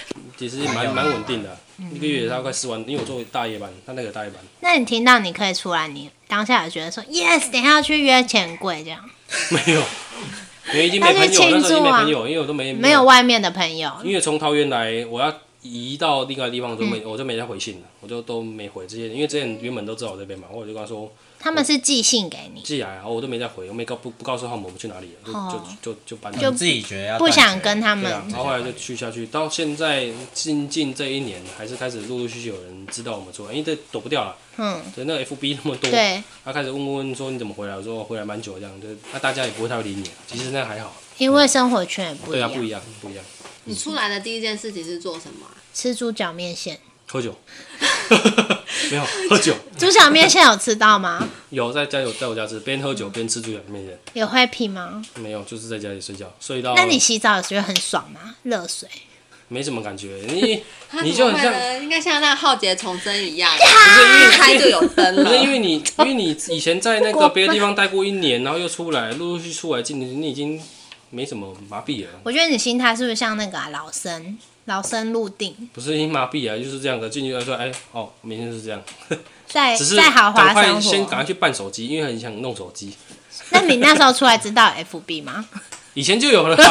其实蛮稳定的，一个月大概快4万，因为我做大夜班，他那个大夜班。 那你听到你可以出来，你当下有觉得说 yes， 等一下要去约钱柜这样？ 没有，因为已经没朋友，那时候已经没朋友，因为我都没有外面的朋友。 因为从桃园来，我要移到另外的地方，我就没再回信了，我就都没回这些，因为之前原本都知道我这边嘛，我就跟他说。 他们是寄信给你， 寄来啊，我都没再回，我没不告诉他们我们去哪里了，就搬走。 就自己觉得不想跟他们。 对啊，然后后来就去下去，到现在近这1年，还是开始陆续有人知道我们出来，因为这躲不掉了。对，那个 FB 那么多， 对， 他开始问说你怎么回来？我说我回来蛮久这样，就那大家也不会太理你，其实那还好。 因为生活圈也不一样。 对啊，不一样。 你出来的第一件事情是做什么？ 吃猪脚面线。 喝酒。没有喝酒。 猪脚面线有吃到吗？ 有在我家吃，边喝酒边吃猪脚面线。 有happy吗？ 没有，就是在家里睡觉，睡到。 那你洗澡觉得很爽吗？热水？ 没什么感觉，你就很像， 应该像那浩劫重生一样，不是一开就有灯了。 不是因为你以前在那个别的地方待过1年，然后又出来，陆续出来你已经没什么麻痹了。 我觉得你心态是不是像那个老生入定？ 不是已经麻痹啊，就是这样的，进去来说，明天是这样。 只是豪华生活， 先赶快去办手机，因为很想弄手机。 那你那时候出来知道 FB 吗？ 以前就有了，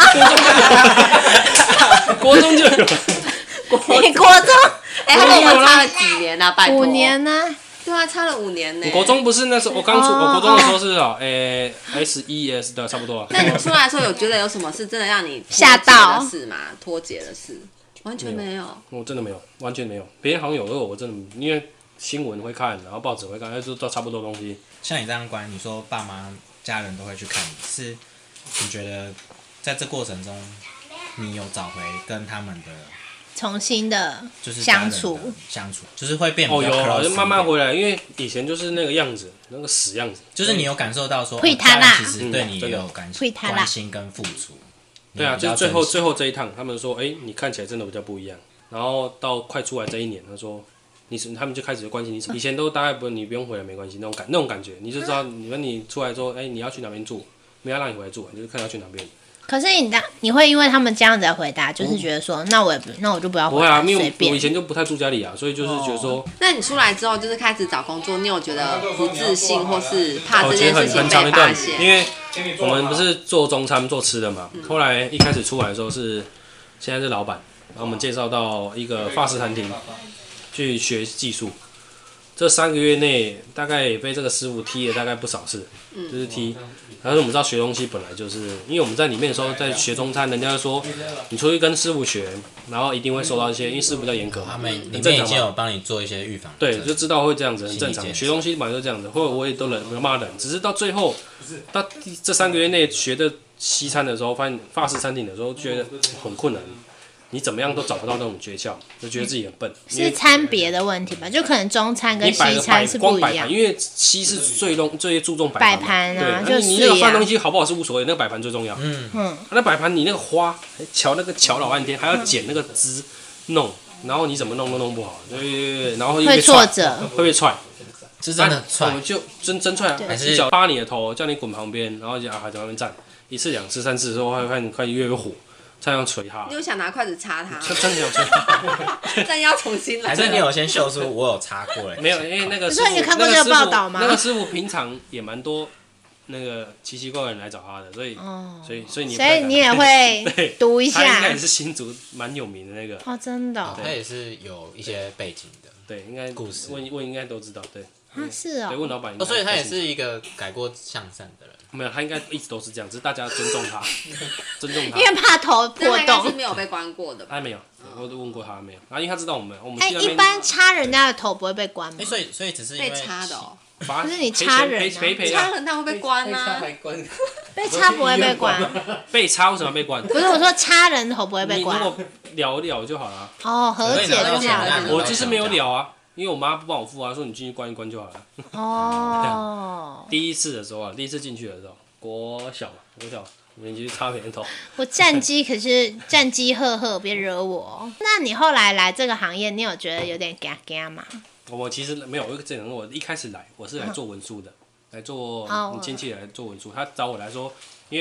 国中就有了。 国中， 他跟我们差了几年啊？拜托 5年呢？ 对啊，差了5年呢。 国中不是那时候我刚出，我国中的时候是SES 的差不多。 那你出来的时候有觉得有什么是真的让你吓到的事吗？脱节的事？完全没有。 我真的没有，完全没有。别人好像有，我真的因为新闻会看，然后报纸会看，都差不多东西。 像你这样关，你说爸妈家人都会去看你，是你觉得在这过程中，你有找回跟他们的重新的就是相处， 就是会变比较 close 就慢慢回来，因为以前就是那个样子，那个死样子， 就是你有感受到说， 家人其实对你也有关心跟付出。 对啊，就是最后这一趟，他们说，你看起来真的比较不一样。然后到快出来这1年，他说，他们就开始关心你什么。以前都大概你不用回来没关系，那种感觉，你就知道，你出来说，你要去哪边住，没有让你回来住，你就看要去哪边。 可是你会因为他们这样子的回答，就是觉得说，那我就不要回来。 不会啊，因为我以前就不太住家里啊，所以就是觉得说。 那你出来之后，就是开始找工作，你有觉得不自信，或是怕这件事情被发现？ 因为我们不是做中餐做吃的嘛，后来一开始出来的时候现在是老板，然后我们介绍到一个法式餐厅去学技术。这3个月内，大概也被这个师傅踢了大概不少次，就是踢。然后我们知道学东西本来就是，因为我们在里面的时候在学中餐，人家就说你出去跟师傅学，然后一定会受到一些，因为师傅比较严格， 他们里面已经有帮你做一些预防， 对，就知道会这样子，很正常。学东西本来就这样子，或者我也都没有办法忍，只是到最后，到这3个月内学的西餐的时候，发现法式餐厅的时候，觉得很困难。你怎么样都找不到那种诀窍，就觉得自己很笨。 是餐别的问题吧？就可能中餐跟西餐是不一样。 因为西是最注重摆盘啊， 对，你那个饭东西好不好是无所谓，那个摆盘最重要。那摆盘你那个花瞧老半天，还要剪那个枝弄，然后你怎么弄都弄不好，对，然后会挫折， 会被踹。 是真的踹， 我们就真踹啊！还是脚扒你的头，叫你滚旁边，然后就还在外面站1次、2次、3次之后，快越来越火。这样捶他， 你有想拿筷子插他？ 真的想捶他， 但要重新来。 还是你有先秀出我有插过嘞？ 没有，因为那个师傅，你看过这个报道吗？ 那个师傅平常也蛮多那个奇奇怪怪人来找他的，所以你也会读一下。 他应该也是新竹蛮有名的那个哦，真的， 他也是有一些背景的， 对，应该故事问应该都知道，对。 是哦。 对，问老板。 所以他也是一个改过向善的人。 没有，他应该一直都是这样，只是大家尊重他，尊重他。 因为怕头破洞。 是没有被关过的。 他没有，我都问过他没有。因为他知道我们一般插人家的头不会被关吗？ 所以只是因为被插的哦。 可是你插人， 插人他会被关啊。 被插不会被关。 被插为什么要被关？ 不是我说插人头不会被关。 你如果聊一聊就好了。 哦，和解就好了。 我就是没有聊啊。因为我妈不帮我付啊，说你进去关一关就好了。 哦。 第一次进去的时候，国小，我们去擦别人头。 我战机可是战机赫赫，别惹我。那你后来来这个行业，你有觉得有点尴尬吗？ 我其实没有，我一开始来，我是来做文书的，来做亲戚来做文书。他找我来说，因为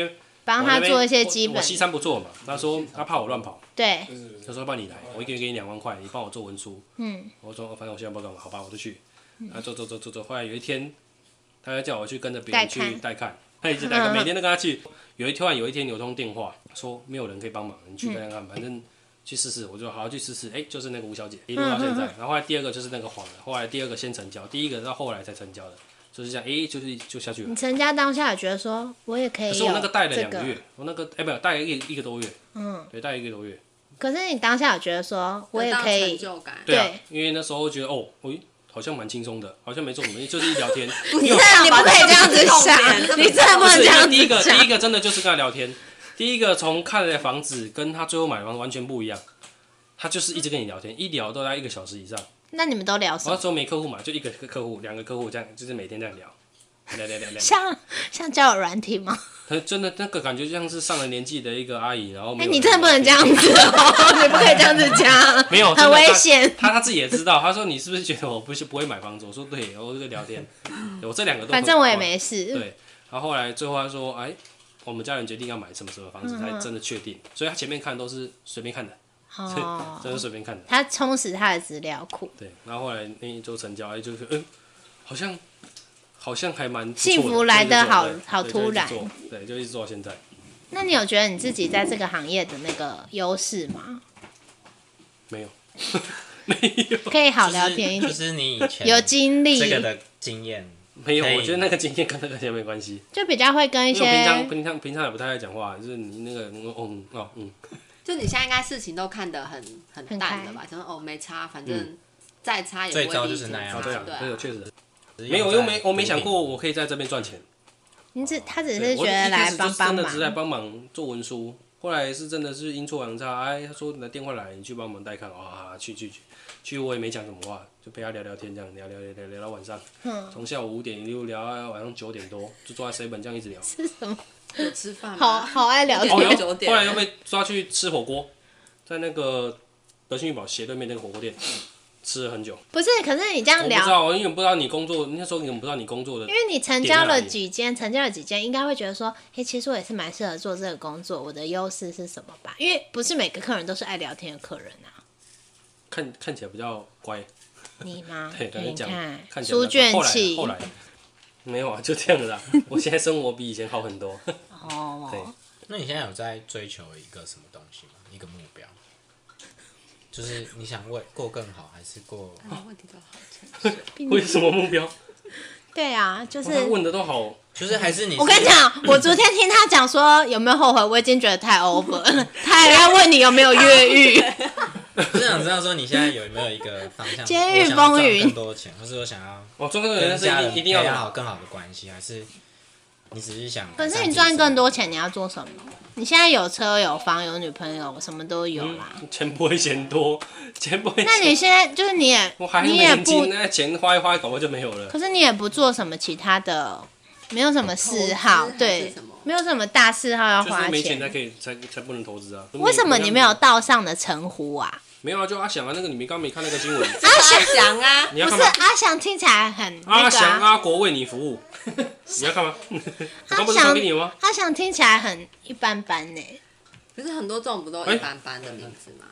帮他做一些基本。 我西餐不做嘛，他说他怕我乱跑， 对， 他说帮你来，我一个月给你2万块，你帮我做文书。我说反正我现在不知道干嘛，好吧，我就去。他做，后来有一天，他就叫我去跟着别人去带看，他一直带看，每天都跟他去。突然有一天有通电话说没有人可以帮忙，你去看看，反正去试试。我就好好去试试，就是那个吴小姐，一路到现在。然后后来第二个就是那个黄的，后来第二个先成交，第一个到后来才成交的。就是这样，就下去了。 你成家当下也觉得说，我也可以有这个。 可是我那个带了2个月，我那个没有带了一个多月。对，带了1个多月。 可是你当下有觉得说，我也可以。 成就感。 对啊，因为那时候觉得好像蛮轻松的，好像没做什么，就是一聊天。 你不可以这样子想，你真的不能这样子想。第一个真的就是跟他聊天，第一个从看的房子跟他最后买的房子完全不一样，他就是一直跟你聊天，一聊都在1个小时以上。 那你们都聊什么？ 我那时候没客户嘛，就1个客户、2个客户这样，就是每天这样聊。 像交友软体吗？ 真的那个感觉像是上了年纪的一个阿姨，然后你真的不能这样子哦，你不可以这样子讲， 没有很危险。 他自己也知道，他说你是不是觉得我不会买房子？我说对，然后就聊天，我这2个都反正我也没事。 对，然后后来最后他说，我们家人决定要买什么房子才真的确定，所以他前面看都是随便看的，真的随便看的。 他充实他的资料库。 对，然后后来那一周成交，就是好像还蛮幸福来得好突然， 对，就一直做到现在。 那你有觉得你自己在这个行业的那个优势吗？ 没有，没有。 可以好聊天一点， 就是你以前有经历这个的经验。 没有，我觉得那个经验跟那个没关系， 就比较会跟一些平常也不太爱讲话，就是你那个就你现在应该事情都看得很淡的吧？就说没差，反正再差也不会比以前差。 对，确实。没有，我没想过我可以在这边赚钱。 他只是觉得来帮忙， 真的只是来帮忙做文书。后来是真的是阴错阳差，他说你的电话来，你去帮忙带看，去我也没讲什么话，就陪他聊聊天，这样聊到晚上，从下午5点一路聊到晚上9点多，就坐在7-Eleven这样一直聊。 吃什么？ 吃饭。 好爱聊天。 后来又被抓去吃火锅，在那个德信御宝斜对面那个火锅店。吃了很久， 不是，可是你这样聊， 我不知道，我永远不知道你工作，那时候你们不知道你工作的， 因为你成交了几间，应该会觉得说，其实我也是蛮适合做这个工作，我的优势是什么吧？因为不是每个客人都是爱聊天的客人啊。 看起来比较乖。 你吗？ 对，跟你讲，看起来书卷气。 后来没有啊，就这样的啦。我现在生活比以前好很多。对。 那你现在有在追求一个什么东西吗？一个目标？就是你想过更好，还是过？ 问题都好清楚。为什么目标？ 对啊，就是他问的都好， 就是还是你。 我跟你讲，我昨天听他讲说有没有后悔，我已经觉得太 over 了。他还要问你有没有越狱。 我想知道说你现在有没有一个方向？ 监狱风云。 更多钱，或是我想要赚更多钱， 家人一定要培养更好的关系，还是你只是想？ 可是你赚更多钱，你要做什么？你现在有车有房有女朋友，什么都有啦。 钱不会嫌多，钱不会。 那你现在就是你也不，那钱花一花，搞不好就没有了。 可是你也不做什么其他的，没有什么嗜好，对，没有什么大嗜好要花钱。 没钱才不能投资啊。 为什么你没有道上的称呼啊？ 没有啊，就阿翔啊，那个你刚没看那个新闻？ 阿翔啊， 你要看吗？不是阿翔听起来很阿翔阿国为你服务，你要看吗？我刚不是传给你吗？ 阿翔听起来很一般般呢。 可是很多这种不都一般般的名字吗？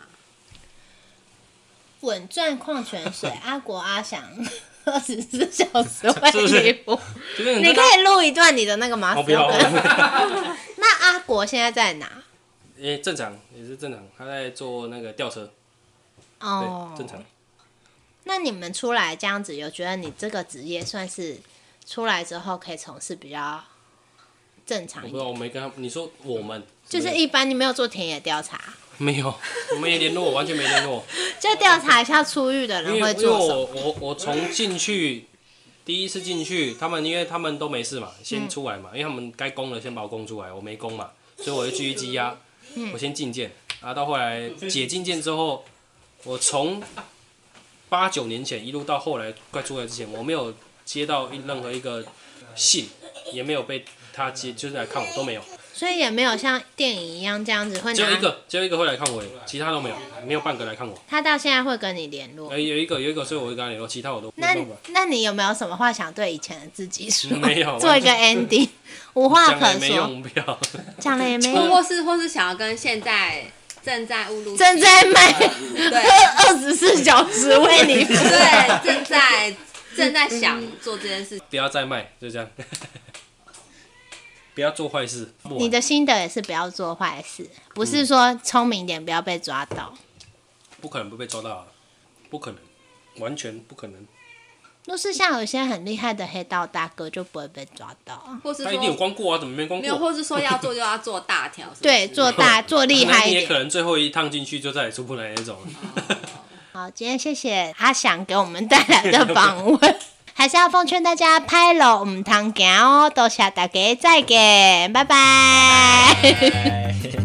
稳赚矿泉水，阿国阿翔，24小时为你服务。你可以录一段你的那个吗？ 不要。 那阿国现在在哪？ 正常也是正常，他在做那个吊车。 哦， 正常。 那你们出来这样子，有觉得你这个职业算是出来之后可以从事比较正常一点？ 我不知道，我没跟他。你说我们就是一般，你没有做田野调查？ 没有，我没联络，完全没联络。 就调查一下出狱的人会做什么？ 因为我从进去第一次进去，因为他们都没事嘛，先出来嘛，因为他们该供了先把我供出来，我没供嘛，所以我就继续积压。我先进监，到后来解禁监之后，我从8、9年前一路到后来快出来之前，我没有接到任何一个信，也没有被他接，就是来看我都没有。 所以也没有像电影一样这样子会拿。 只有一个会来看我，其他都没有，没有半个来看我。 他到现在会跟你联络？ 有一个，所以我会跟他联络，其他我都。 那那你有没有什么话想对以前的自己说？ 没有， 做一个 ending， 无话可说， 没用，不要讲了也没用， 或是想要跟现在正在卖对 24小时为你对正在想做这件事， 不要再卖，就这样。不要做坏事。 你的心得也是不要做坏事，不是说聪明点不要被抓到。 不可能不被抓到啊，不可能，完全不可能。 就是像有些很厉害的黑道大哥就不会被抓到， 或是说他一定有光过啊，怎么没光过？ 没有，或是说要做就要做大条， 对，做厉害一点。 你也可能最后一趟进去就再也出不来那种。 好，今天谢谢阿翔给我们带来的访问，还是要奉劝大家拍路唔通行哦，多谢大家，再见，拜拜。